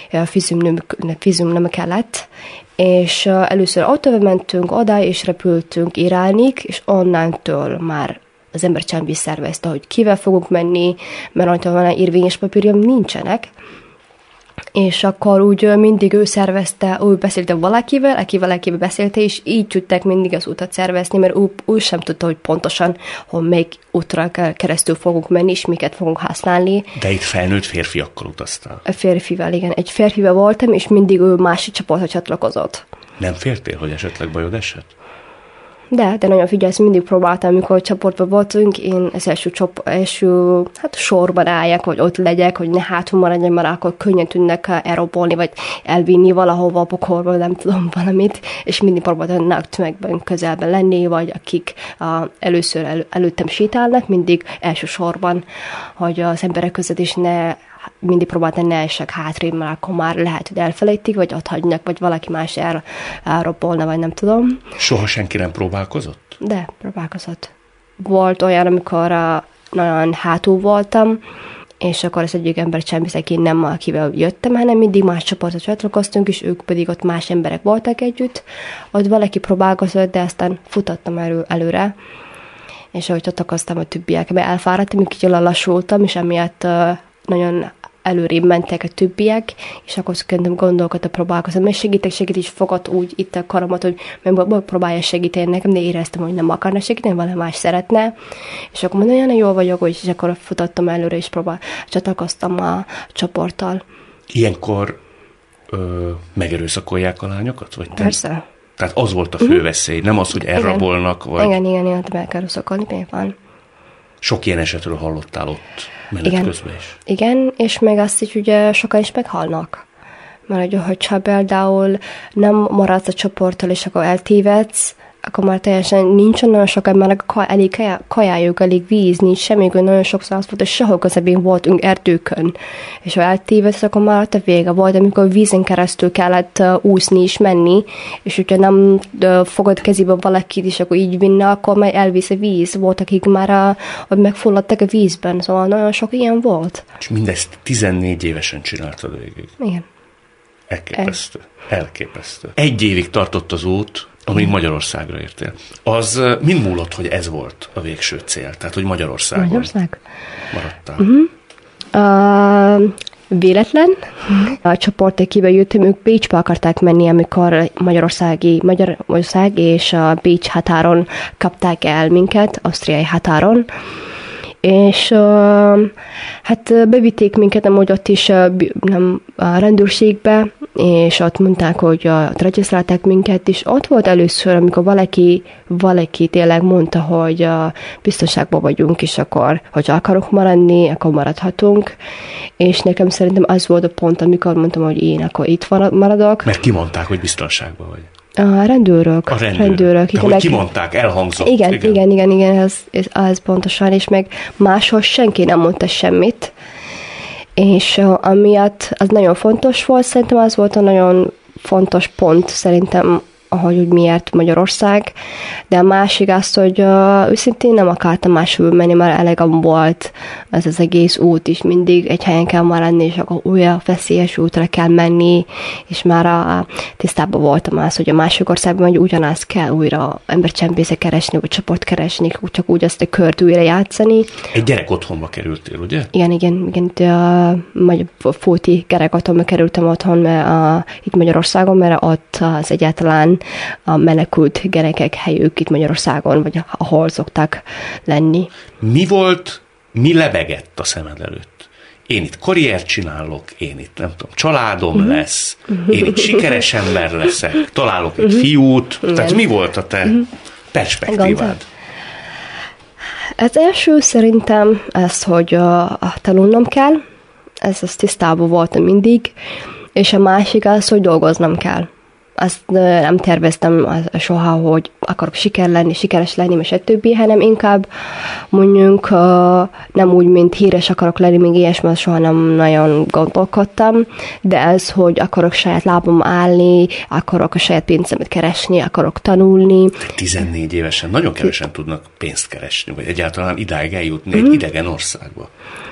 vízum nem kellett, és először autóval mentünk oda, és repültünk Iránig, és onnantól már az embercsempész szervezte, hogy kivel fogunk menni, mert onnantól van érvényes papírjam, nincsenek. És akkor úgy mindig ő szervezte, ő beszélte valakivel, aki valakivel beszélte, és így tudták mindig az utat szervezni, mert ő sem tudta, hogy pontosan, hogy melyik útra keresztül fogunk menni, és miket fogunk használni. De itt felnőtt férfiakkal utaztál? A férfival, igen. Egy férfival voltam, és mindig ő másik csoporthoz csatlakozott. Nem féltél, hogy esetleg bajod esett? De nagyon figyelsz, mindig próbáltam, amikor csoportban voltunk, én az első sorban álljak, vagy ott legyek, hogy ne hátul maradjam, mert akkor könnyen tudnak elrobolni, vagy elvinni valahova a pokolba, nem tudom valamit, és mindig próbáltam tömegben közelben lenni, vagy akik előttem sétálnak, mindig első sorban, hogy az emberek között is mindig próbáltam ne essek hátrébb, mert akkor már lehet, hogy elfelejtik, vagy otthagynak, vagy valaki más elrobolna, vagy nem tudom. Soha senki nem próbálkozott? De próbálkozott. Volt olyan, amikor nagyon hátul voltam, és akkor az egyik embercsempész, aki nem akivel jöttem, hanem mindig más csoportra csatlakoztunk, és ők pedig ott más emberek voltak együtt. Ott valaki próbálkozott, de aztán futottam előre, és ahogy csatlakoztam a többiekbe, elfáradtam, és kicsit lassultam, és emiatt nagyon előrébb mentek a többiek, és akkor szerintem gondolkodtam, próbálkozom, mert segít, és fogott úgy itt a karomat, hogy próbálja segíteni nekem, de éreztem, hogy nem akarna segíteni, valami más szeretne, és akkor mondom, nagyon jól vagyok, és akkor futottam előre, és csatlakoztam a csoporttal. Ilyenkor megerőszakolják a lányokat? Vagy Persze. Tehát az volt a fő veszély, nem az, hogy elrabolnak, vagy... Igen, meg kell erőszakolni, van. Sok ilyen esetről hallottál ott menet közben is. Igen, és meg azt is ugye sokan is meghalnak. Mert hogyha például nem maradsz a csoporttól, és akkor eltévedsz, akkor már teljesen nincsen nagyon sokan, már elég kajájuk, elég víz, nincs semmi, nagyon sokszor az volt, hogy sehol közepén voltunk erdőkön. És ha eltévedsz, akkor már ott a vége volt, amikor vízen keresztül kellett úszni és menni, és hogyha nem fogod kezébe valakit, és akkor így vinne, akkor már elvisz a víz. Volt, akik már megfulladtak a vízben, szóval nagyon sok ilyen volt. És mindezt 14 évesen csináltad végig. Igen. Elképesztő. Elképesztő. 1 évig tartott az út, amíg Magyarországra értél. Az mind múlott, hogy ez volt a végső cél? Tehát, hogy Magyarországon maradtál? Véletlen. A csoportok kibejöttem, ők Bécsbe akarták menni, amikor Magyarország és a Bécs határon kapták el minket, ausztriai határon. És hát bevitték minket amúgy ott is a rendőrségbe, és ott mondták, hogy regisztrálták minket, és ott volt először, amikor valaki tényleg mondta, hogy biztonságban vagyunk, és akkor, hogyha akarok maradni, akkor maradhatunk. És nekem szerintem az volt a pont, amikor mondtam, hogy én akkor itt maradok. Mert kimondták, hogy biztonságban vagy. A rendőrök. De hogy kimondták, elhangzott. Igen, ez pontosan, és meg máshol senki nem mondta semmit. És amiatt az nagyon fontos volt, szerintem az volt a nagyon fontos pont, szerintem, hogy miért Magyarország, de a másik az, hogy őszintén nem akartam máshol menni, mert elegem volt az egész út is, mindig egy helyen kell maradni, és akkor újra veszélyes útra kell menni, és már tisztában voltam az, hogy a másik országban hogy ugyanazt kell újra embercsempészet keresni, vagy csoport keresni, csak úgy azt a kört újra játszani. Egy gyerek otthonba kerültél, ugye? Igen, Fóti gyerek otthonba kerültem otthon, itt Magyarországon, mert ott az egyáltalán a menekült gyerekek helyük itt Magyarországon, vagy ahol szoktak lenni. Mi lebegett a szemed előtt? Én itt karriert csinálok, én itt nem tudom, családom lesz, én itt sikeres ember leszek, találok egy fiút. Tehát mi volt a te perspektívád? Az első szerintem ez, hogy tanulnom kell, ez tisztában voltam mindig, és a másik az, hogy dolgoznom kell. Azt nem terveztem soha, hogy akarok sikeres lenni, és többi, hanem inkább mondjuk nem úgy, mint híres akarok lenni, még ilyesmi, soha nem nagyon gondolkodtam, de ez, hogy akarok saját lábam állni, akarok a saját pénzemet keresni, akarok tanulni. 14 évesen nagyon kevesen tudnak pénzt keresni, vagy egyáltalán idáig eljutni egy idegen országba.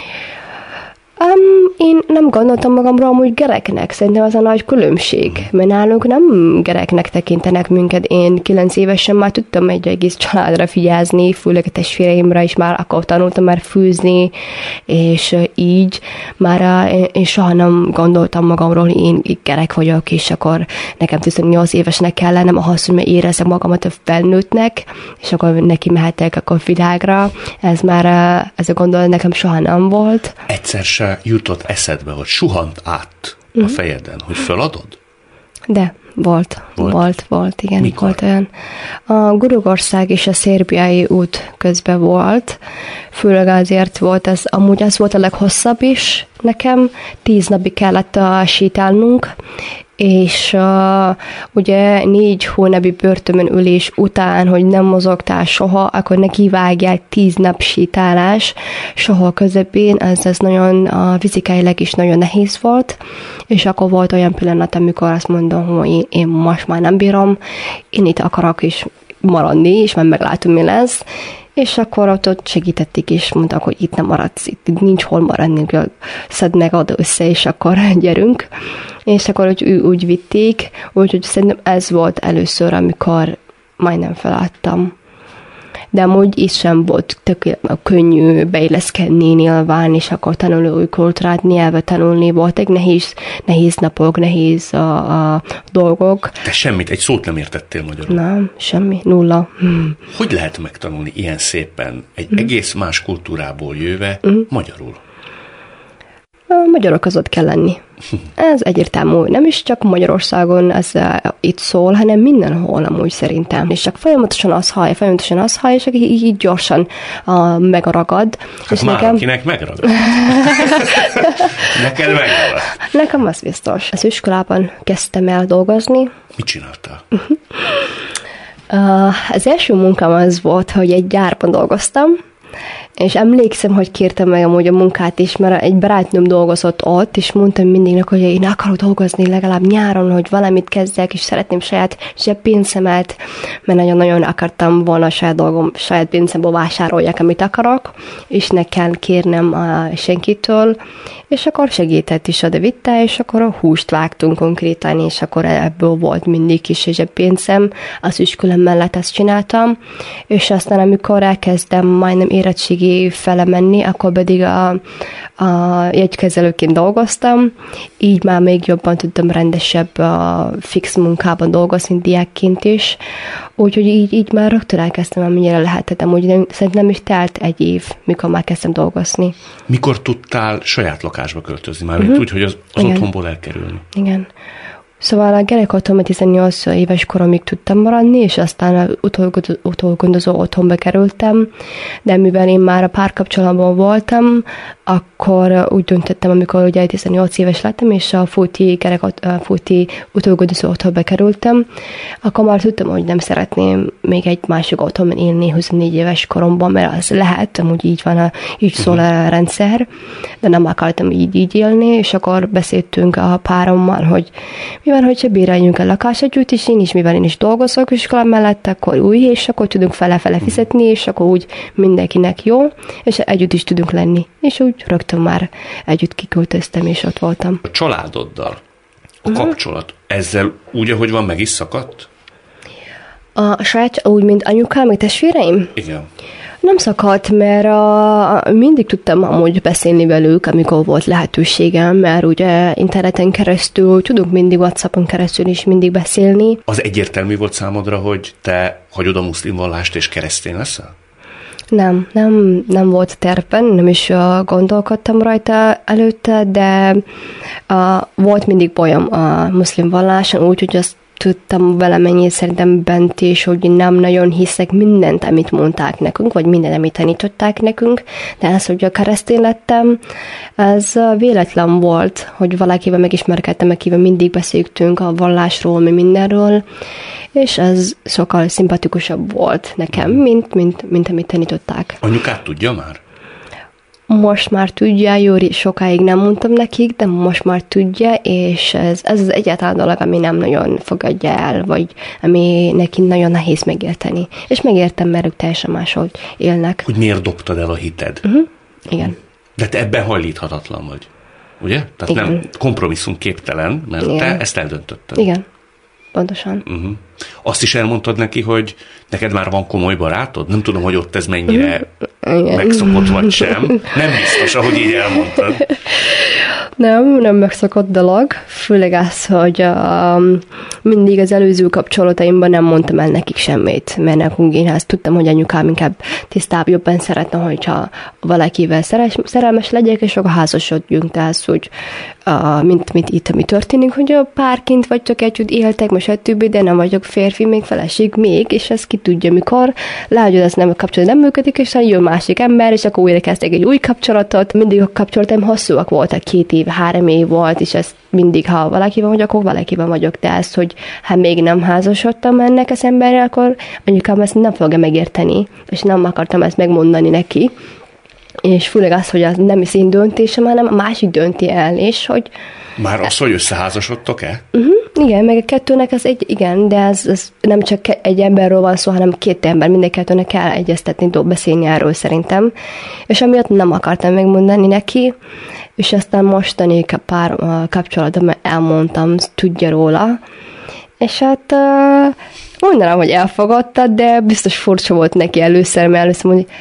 Én nem gondoltam magamra amúgy gyereknek, szerintem az a nagy különbség, mert nálunk nem gyereknek tekintenek minket. Én 9 évesen már tudtam egy egész családra figyelni, főleg a testvéreimre is már akkor tanultam már főzni, és így már én soha nem gondoltam magamról, hogy én gyerek vagyok, és akkor nekem 18 évesnek kell lennem ahhoz, hogy érezzek magamat a felnőttnek, és akkor neki mehetek akkor világra. Ez a gondolat nekem soha nem volt. Egyszer se jutott eszedbe, hogy suhant át a fejeden, hogy feladod? De volt, igen. Mikor? Volt olyan. A Görögország és a szerbiai út közben volt, főleg azért volt, amúgy az volt a leghosszabb is nekem, 10 napig kellett sétálnunk, és ugye 4 hónapi börtönben ülés után, hogy nem mozogtál soha, akkor neki vágják 10 nap sétálás soha közepén, ez nagyon fizikailag is nagyon nehéz volt, és akkor volt olyan pillanat, amikor azt mondom, hogy én most már nem bírom, én itt akarok is maradni, és már meglátom, mi lesz, és akkor ott segítették, és mondtak, hogy itt nem maradsz, itt nincs hol maradni, szedd meg oda össze, és akkor gyerünk. És akkor úgy vitték, úgyhogy szerintem ez volt először, amikor majdnem feladtam. De amúgy is sem volt tök könnyű beilleszkedni nyilván, és akkor tanulni új kultúrát, nyelvet tanulni, voltak nehéz napok, nehéz dolgok. Te semmit, egy szót nem értettél magyarul? Nem, semmi, nulla. Hogy lehet megtanulni ilyen szépen, egy egész más kultúrából jöve magyarul? Magyarok között kell lenni. Ez egyértelmű. Nem is csak Magyarországon ez itt szól, hanem mindenhol amúgy szerintem. És csak folyamatosan az hallja, és így gyorsan megragad. Hát és már nekem... akinek megragad. Neked megragad. Nekem az biztos. Az iskolában kezdtem el dolgozni. Mit csináltál? Az első munkám az volt, hogy egy gyárban dolgoztam, és emlékszem, hogy kértem meg amúgy a munkát is, mert egy barátnőm dolgozott ott, és mondtam mindig, hogy én akarok dolgozni legalább nyáron, hogy valamit kezdek, és szeretném saját zseppénzemet, mert nagyon-nagyon akartam volna a saját pénzemből vásároljak, amit akarok, és ne kell kérnem senkitől, és akkor segített is oda-vitte, és akkor a húst vágtunk konkrétan, és akkor ebből volt mindig kis zseppénzem, az iskola mellett ezt csináltam, és aztán amikor elkezdtem majdnem érettségi fele menni, akkor pedig a jegykezelőként dolgoztam, így már még jobban tudtam rendesebb fix munkában dolgozni diákként is, úgyhogy így már rögtön elkezdtem, amennyire lehetett, amúgy szerintem is telt egy év, mikor már kezdtem dolgozni. Mikor tudtál saját lakásba költözni? Mármint úgy, hogy az otthonból elkerülni. Igen. Szóval a gyerekotthonban 18 éves koromig tudtam maradni, és aztán utógondozó otthonba kerültem, de mivel én már a párkapcsolatban voltam, akkor úgy döntöttem, amikor ugye 18 éves lettem, és a fúti utógondozó otthonba kerültem, akkor már tudtam, hogy nem szeretném még egy másik otthonban élni 24 éves koromban, mert az lehet, amúgy így szól a rendszer, de nem akartam így élni, és akkor beszéltünk a párommal, hogy mivel, hogyha béreljünk a lakást együtt, és mivel én is dolgozok iskola mellett, akkor és akkor tudunk fele-fele fizetni, és akkor úgy mindenkinek jó, és együtt is tudunk lenni. És úgy rögtön már együtt kiköltöztem, és ott voltam. A családoddal a kapcsolat ezzel úgy, ahogy van, meg is szakadt? A saját, úgy, mint anyukám, meg testvéreim? Igen. Nem szakadt, mert mindig tudtam amúgy beszélni velük, amikor volt lehetőségem, mert ugye interneten keresztül, tudunk mindig WhatsAppon keresztül is mindig beszélni. Az egyértelmű volt számodra, hogy te hagyod a muszlim vallást és keresztény leszel? Nem volt tervben, nem is gondolkodtam rajta előtte, de volt mindig bajom a muszlim valláson, úgyhogy azt tudtam valamennyit szerintem bent is, hogy nem nagyon hiszek mindent, amit mondták nekünk, vagy mindent, amit tanították nekünk, de ez, hogy a keresztény lettem, ez véletlen volt, hogy valakivel megismerkedtem, akivel mindig beszéltünk a vallásról, mi mindenről, és ez sokkal szimpatikusabb volt nekem, mint amit tanították. Anyukát tudja már? Most már tudja, jó sokáig nem mondtam nekik, de most már tudja, és ez az egyáltalán dolog, ami nem nagyon fogadja el, vagy ami neki nagyon nehéz megérteni. És megértem, mert ők teljesen máshogy élnek. Hogy miért dobtad el a hited? Igen. De te ebben hajlíthatatlan vagy, ugye? Tehát igen. Nem kompromisszumképtelen, mert igen. Te ezt eldöntötted. Igen. Pontosan. Azt is elmondtad neki, hogy neked már van komoly barátod? Nem tudom, hogy ott ez mennyire megszokott vagy sem. Nem biztos, ahogy így elmondtad. Nem megszokott dolog. Főleg az, hogy mindig az előző kapcsolataimban nem mondtam el nekik semmit, mert nekünk én azt tudtam, hogy anyukám inkább tisztább, jobban szeretne, hogyha valakivel szerelmes legyek, és akkor házasodjunk. Tehát, hogy mint itt, ami történik, hogy a párként vagytok együtt, éltek, most többi, de nem vagyok férfi, még feleség, még, és ezt ki tudja, mikor látod, ez nem a kapcsolat nem működik, és jön másik ember, és akkor újra kezdtek egy új kapcsolatot. Mindig a kapcsolataim hosszúak voltak, 2 év, 3 év volt, és ezt mindig, ha valakiben vagyok, akkor valakiben vagyok, de ezt, hogy ha még nem házasodtam ennek az emberrel, akkor anyukám ezt nem fogja megérteni, és nem akartam ezt megmondani neki. És főleg az, hogy az nem is én döntésem, hanem a másik dönti el, és hogy... Már az, hogy összeházasodtok-e? Igen, meg a kettőnek az igen, de ez nem csak egy emberről van szó, hanem 2 ember, minden kettőnek kell egyeztetni, beszélni erről szerintem. És amiatt nem akartam megmondani neki, és aztán mostani kapcsolatban elmondtam, tudja róla, és hát... mondanám, hogy elfogadta, de biztos furcsa volt neki először, mert először mondja,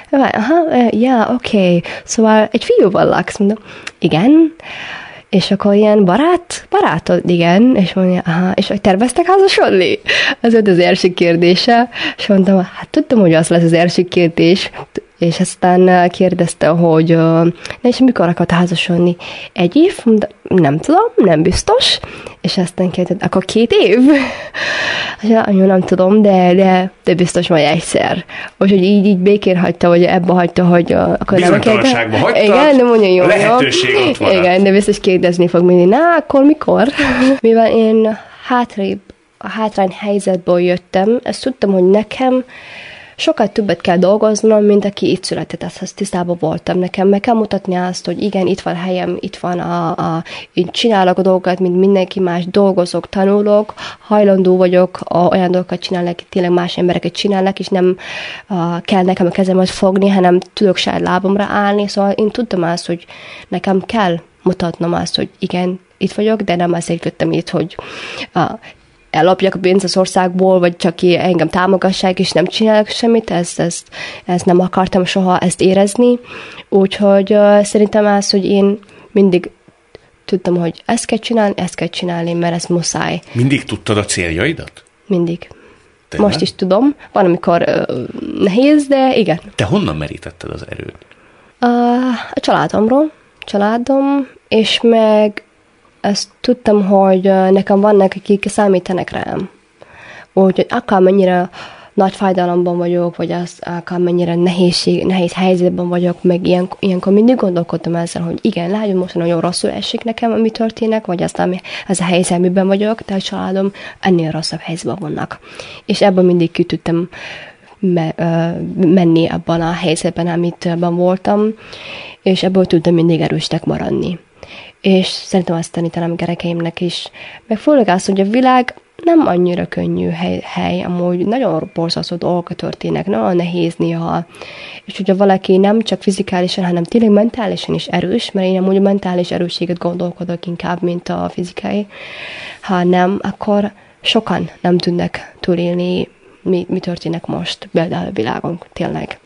oké. Szóval egy fiúval laksz, mondom, igen, és akkor ilyen barátod, igen, és mondja, és hogy terveztek házasodni? Ez volt az első kérdése, és mondtam, hát tudtam, hogy az lesz az első kérdés, és aztán kérdezte, hogy és mikor akart házasodni? 1 év? Nem tudom, nem biztos. És aztán kérdezte, akkor 2 év? Nem tudom, de biztos majd egyszer. Úgyhogy így békén hagyta, vagy ebbe hagyta, hogy akkor nem bizonytalanságba hagyta, igen, de mondja, jó, lehetőség ott van. Igen, de biztos kérdezni fog mindig, akkor mikor? Mivel én hátrébb hátrány helyzetből jöttem, ezt tudtam, hogy nekem sokkal többet kell dolgoznom, mint aki itt született, ezt tisztában voltam. Nekem meg kell mutatni azt, hogy igen, itt van helyem, itt van én csinálok a dolgokat, mint mindenki más, dolgozok, tanulok, hajlandó vagyok olyan dolgokat csinálni, tényleg más embereket csinálnak, és nem kell nekem a kezemet fogni, hanem tudok saját lábamra állni, szóval én tudtam azt, hogy nekem kell mutatnom azt, hogy igen, itt vagyok, de nem azért jöttem itt, hogy ellopjak a pénzt az országból, vagy csak engem támogassák, és nem csinálok semmit, ezt nem akartam soha ezt érezni. Úgyhogy szerintem az, hogy én mindig tudtam, hogy ezt kell csinálni, mert ez muszáj. Mindig tudtad a céljaidat? Mindig. Tényleg? Most is tudom. Van, amikor nehéz, de igen. Te honnan merítetted az erőt? A családom, és meg ezt tudtam, hogy nekem vannak, akik számítanak rám. Úgyhogy akármennyire nagy fájdalomban vagyok, vagy akármennyire nehéz helyzetben vagyok, meg ilyenkor mindig gondolkodtam ezzel, hogy igen, lehet, hogy most nagyon rosszul esik nekem, ami történik, vagy aztán ez a helyzet, amiben vagyok, de a családom ennél rosszabb helyzetben vannak. És ebben mindig ki tudtam menni abban a helyzetben, amit ebben voltam, és ebből tudtam mindig erősnek maradni. És szerintem azt tanítanám gyerekeimnek is. Meg főleg az, hogy a világ nem annyira könnyű hely, amúgy nagyon borzasztó dolgok történnek, nagyon nehéz néha. És hogyha valaki nem csak fizikálisan, hanem tényleg mentálisan is erős, mert én amúgy a mentális erősséget gondolkodok inkább, mint a fizikai, ha nem, akkor sokan nem tudnak túlélni, mi történik most például a világon, tényleg.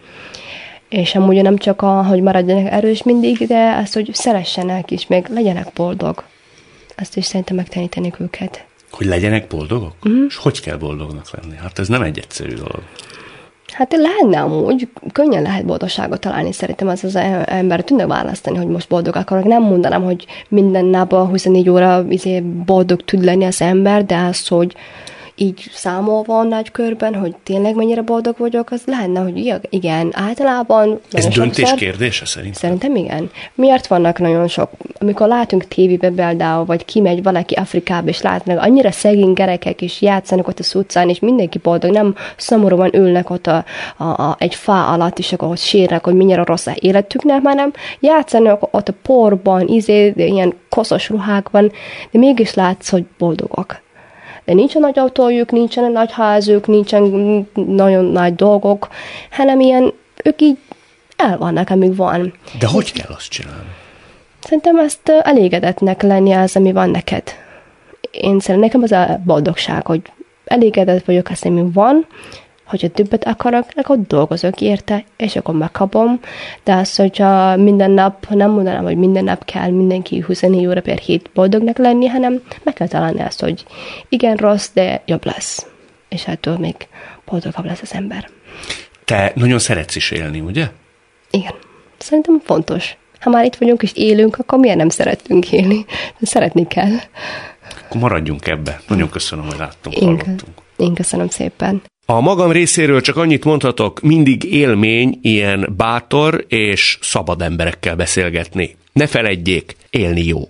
És amúgy nem csak hogy maradjanak erős mindig, de azt, hogy szeressenek is, meg legyenek boldog. Azt is szerintem megtanítanék őket. Hogy legyenek boldogok? És hogy kell boldognak lenni? Hát ez nem egy egyszerű dolog. Hát lehetne amúgy, könnyen lehet boldogságot találni, szerintem az ember tudna választani, hogy most boldog akarok. Nem mondanám, hogy minden nap a 24 óra boldog tud lenni az ember, de az, hogy így számolva a nagy körben, hogy tényleg mennyire boldog vagyok, az lehetne, hogy igen, általában... Ez döntés kérdése szerintem? Szerintem igen. Miért vannak nagyon sok, amikor látunk tévébe például, vagy kimegy valaki Afrikába, és látnak annyira szegény gyerekek, és játszanak ott az utcán, és mindenki boldog, nem szomorúan ülnek ott egy fa alatt, és akkor ott sírnak, hogy mennyire rossz az életüknek, hanem játszanak ott a porban, ilyen koszos ruhákban, de mégis látsz, hogy boldogok. De nincsen nagy autójuk, nincsen nagy házuk, nincsen nagyon nagy dolgok, hanem ilyen, ők így el vannak, amíg van. De hogy kell azt csinálni? Szerintem ezt elégedetnek lenni az, ami van neked. Én szerintem nekem az a boldogság, hogy elégedett vagyok azt, ami van, hogyha többet akarok, akkor dolgozok érte, és akkor megkapom. De az, hogyha minden nap, nem mondanám, hogy minden nap kell mindenki 24 óra per hét boldognak lenni, hanem meg kell találni azt, hogy igen, rossz, de jobb lesz. És ettől még boldogabb lesz az ember. Te nagyon szeretsz is élni, ugye? Igen. Szerintem fontos. Ha már itt vagyunk és élünk, akkor miért nem szeretünk élni? Szeretni kell. Akkor maradjunk ebbe. Nagyon köszönöm, hogy láttunk, hallottunk. Én köszönöm szépen. A magam részéről csak annyit mondhatok, mindig élmény ilyen bátor és szabad emberekkel beszélgetni. Ne feledjék, élni jó.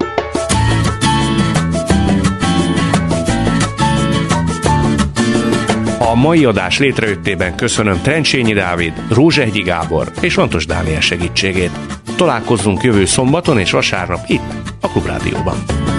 A mai adás létrejöttében köszönöm Trencsényi Dávid, Rózsehegyi Gábor és Lantos Dániel segítségét. Találkozzunk jövő szombaton és vasárnap itt, a Klubrádióban.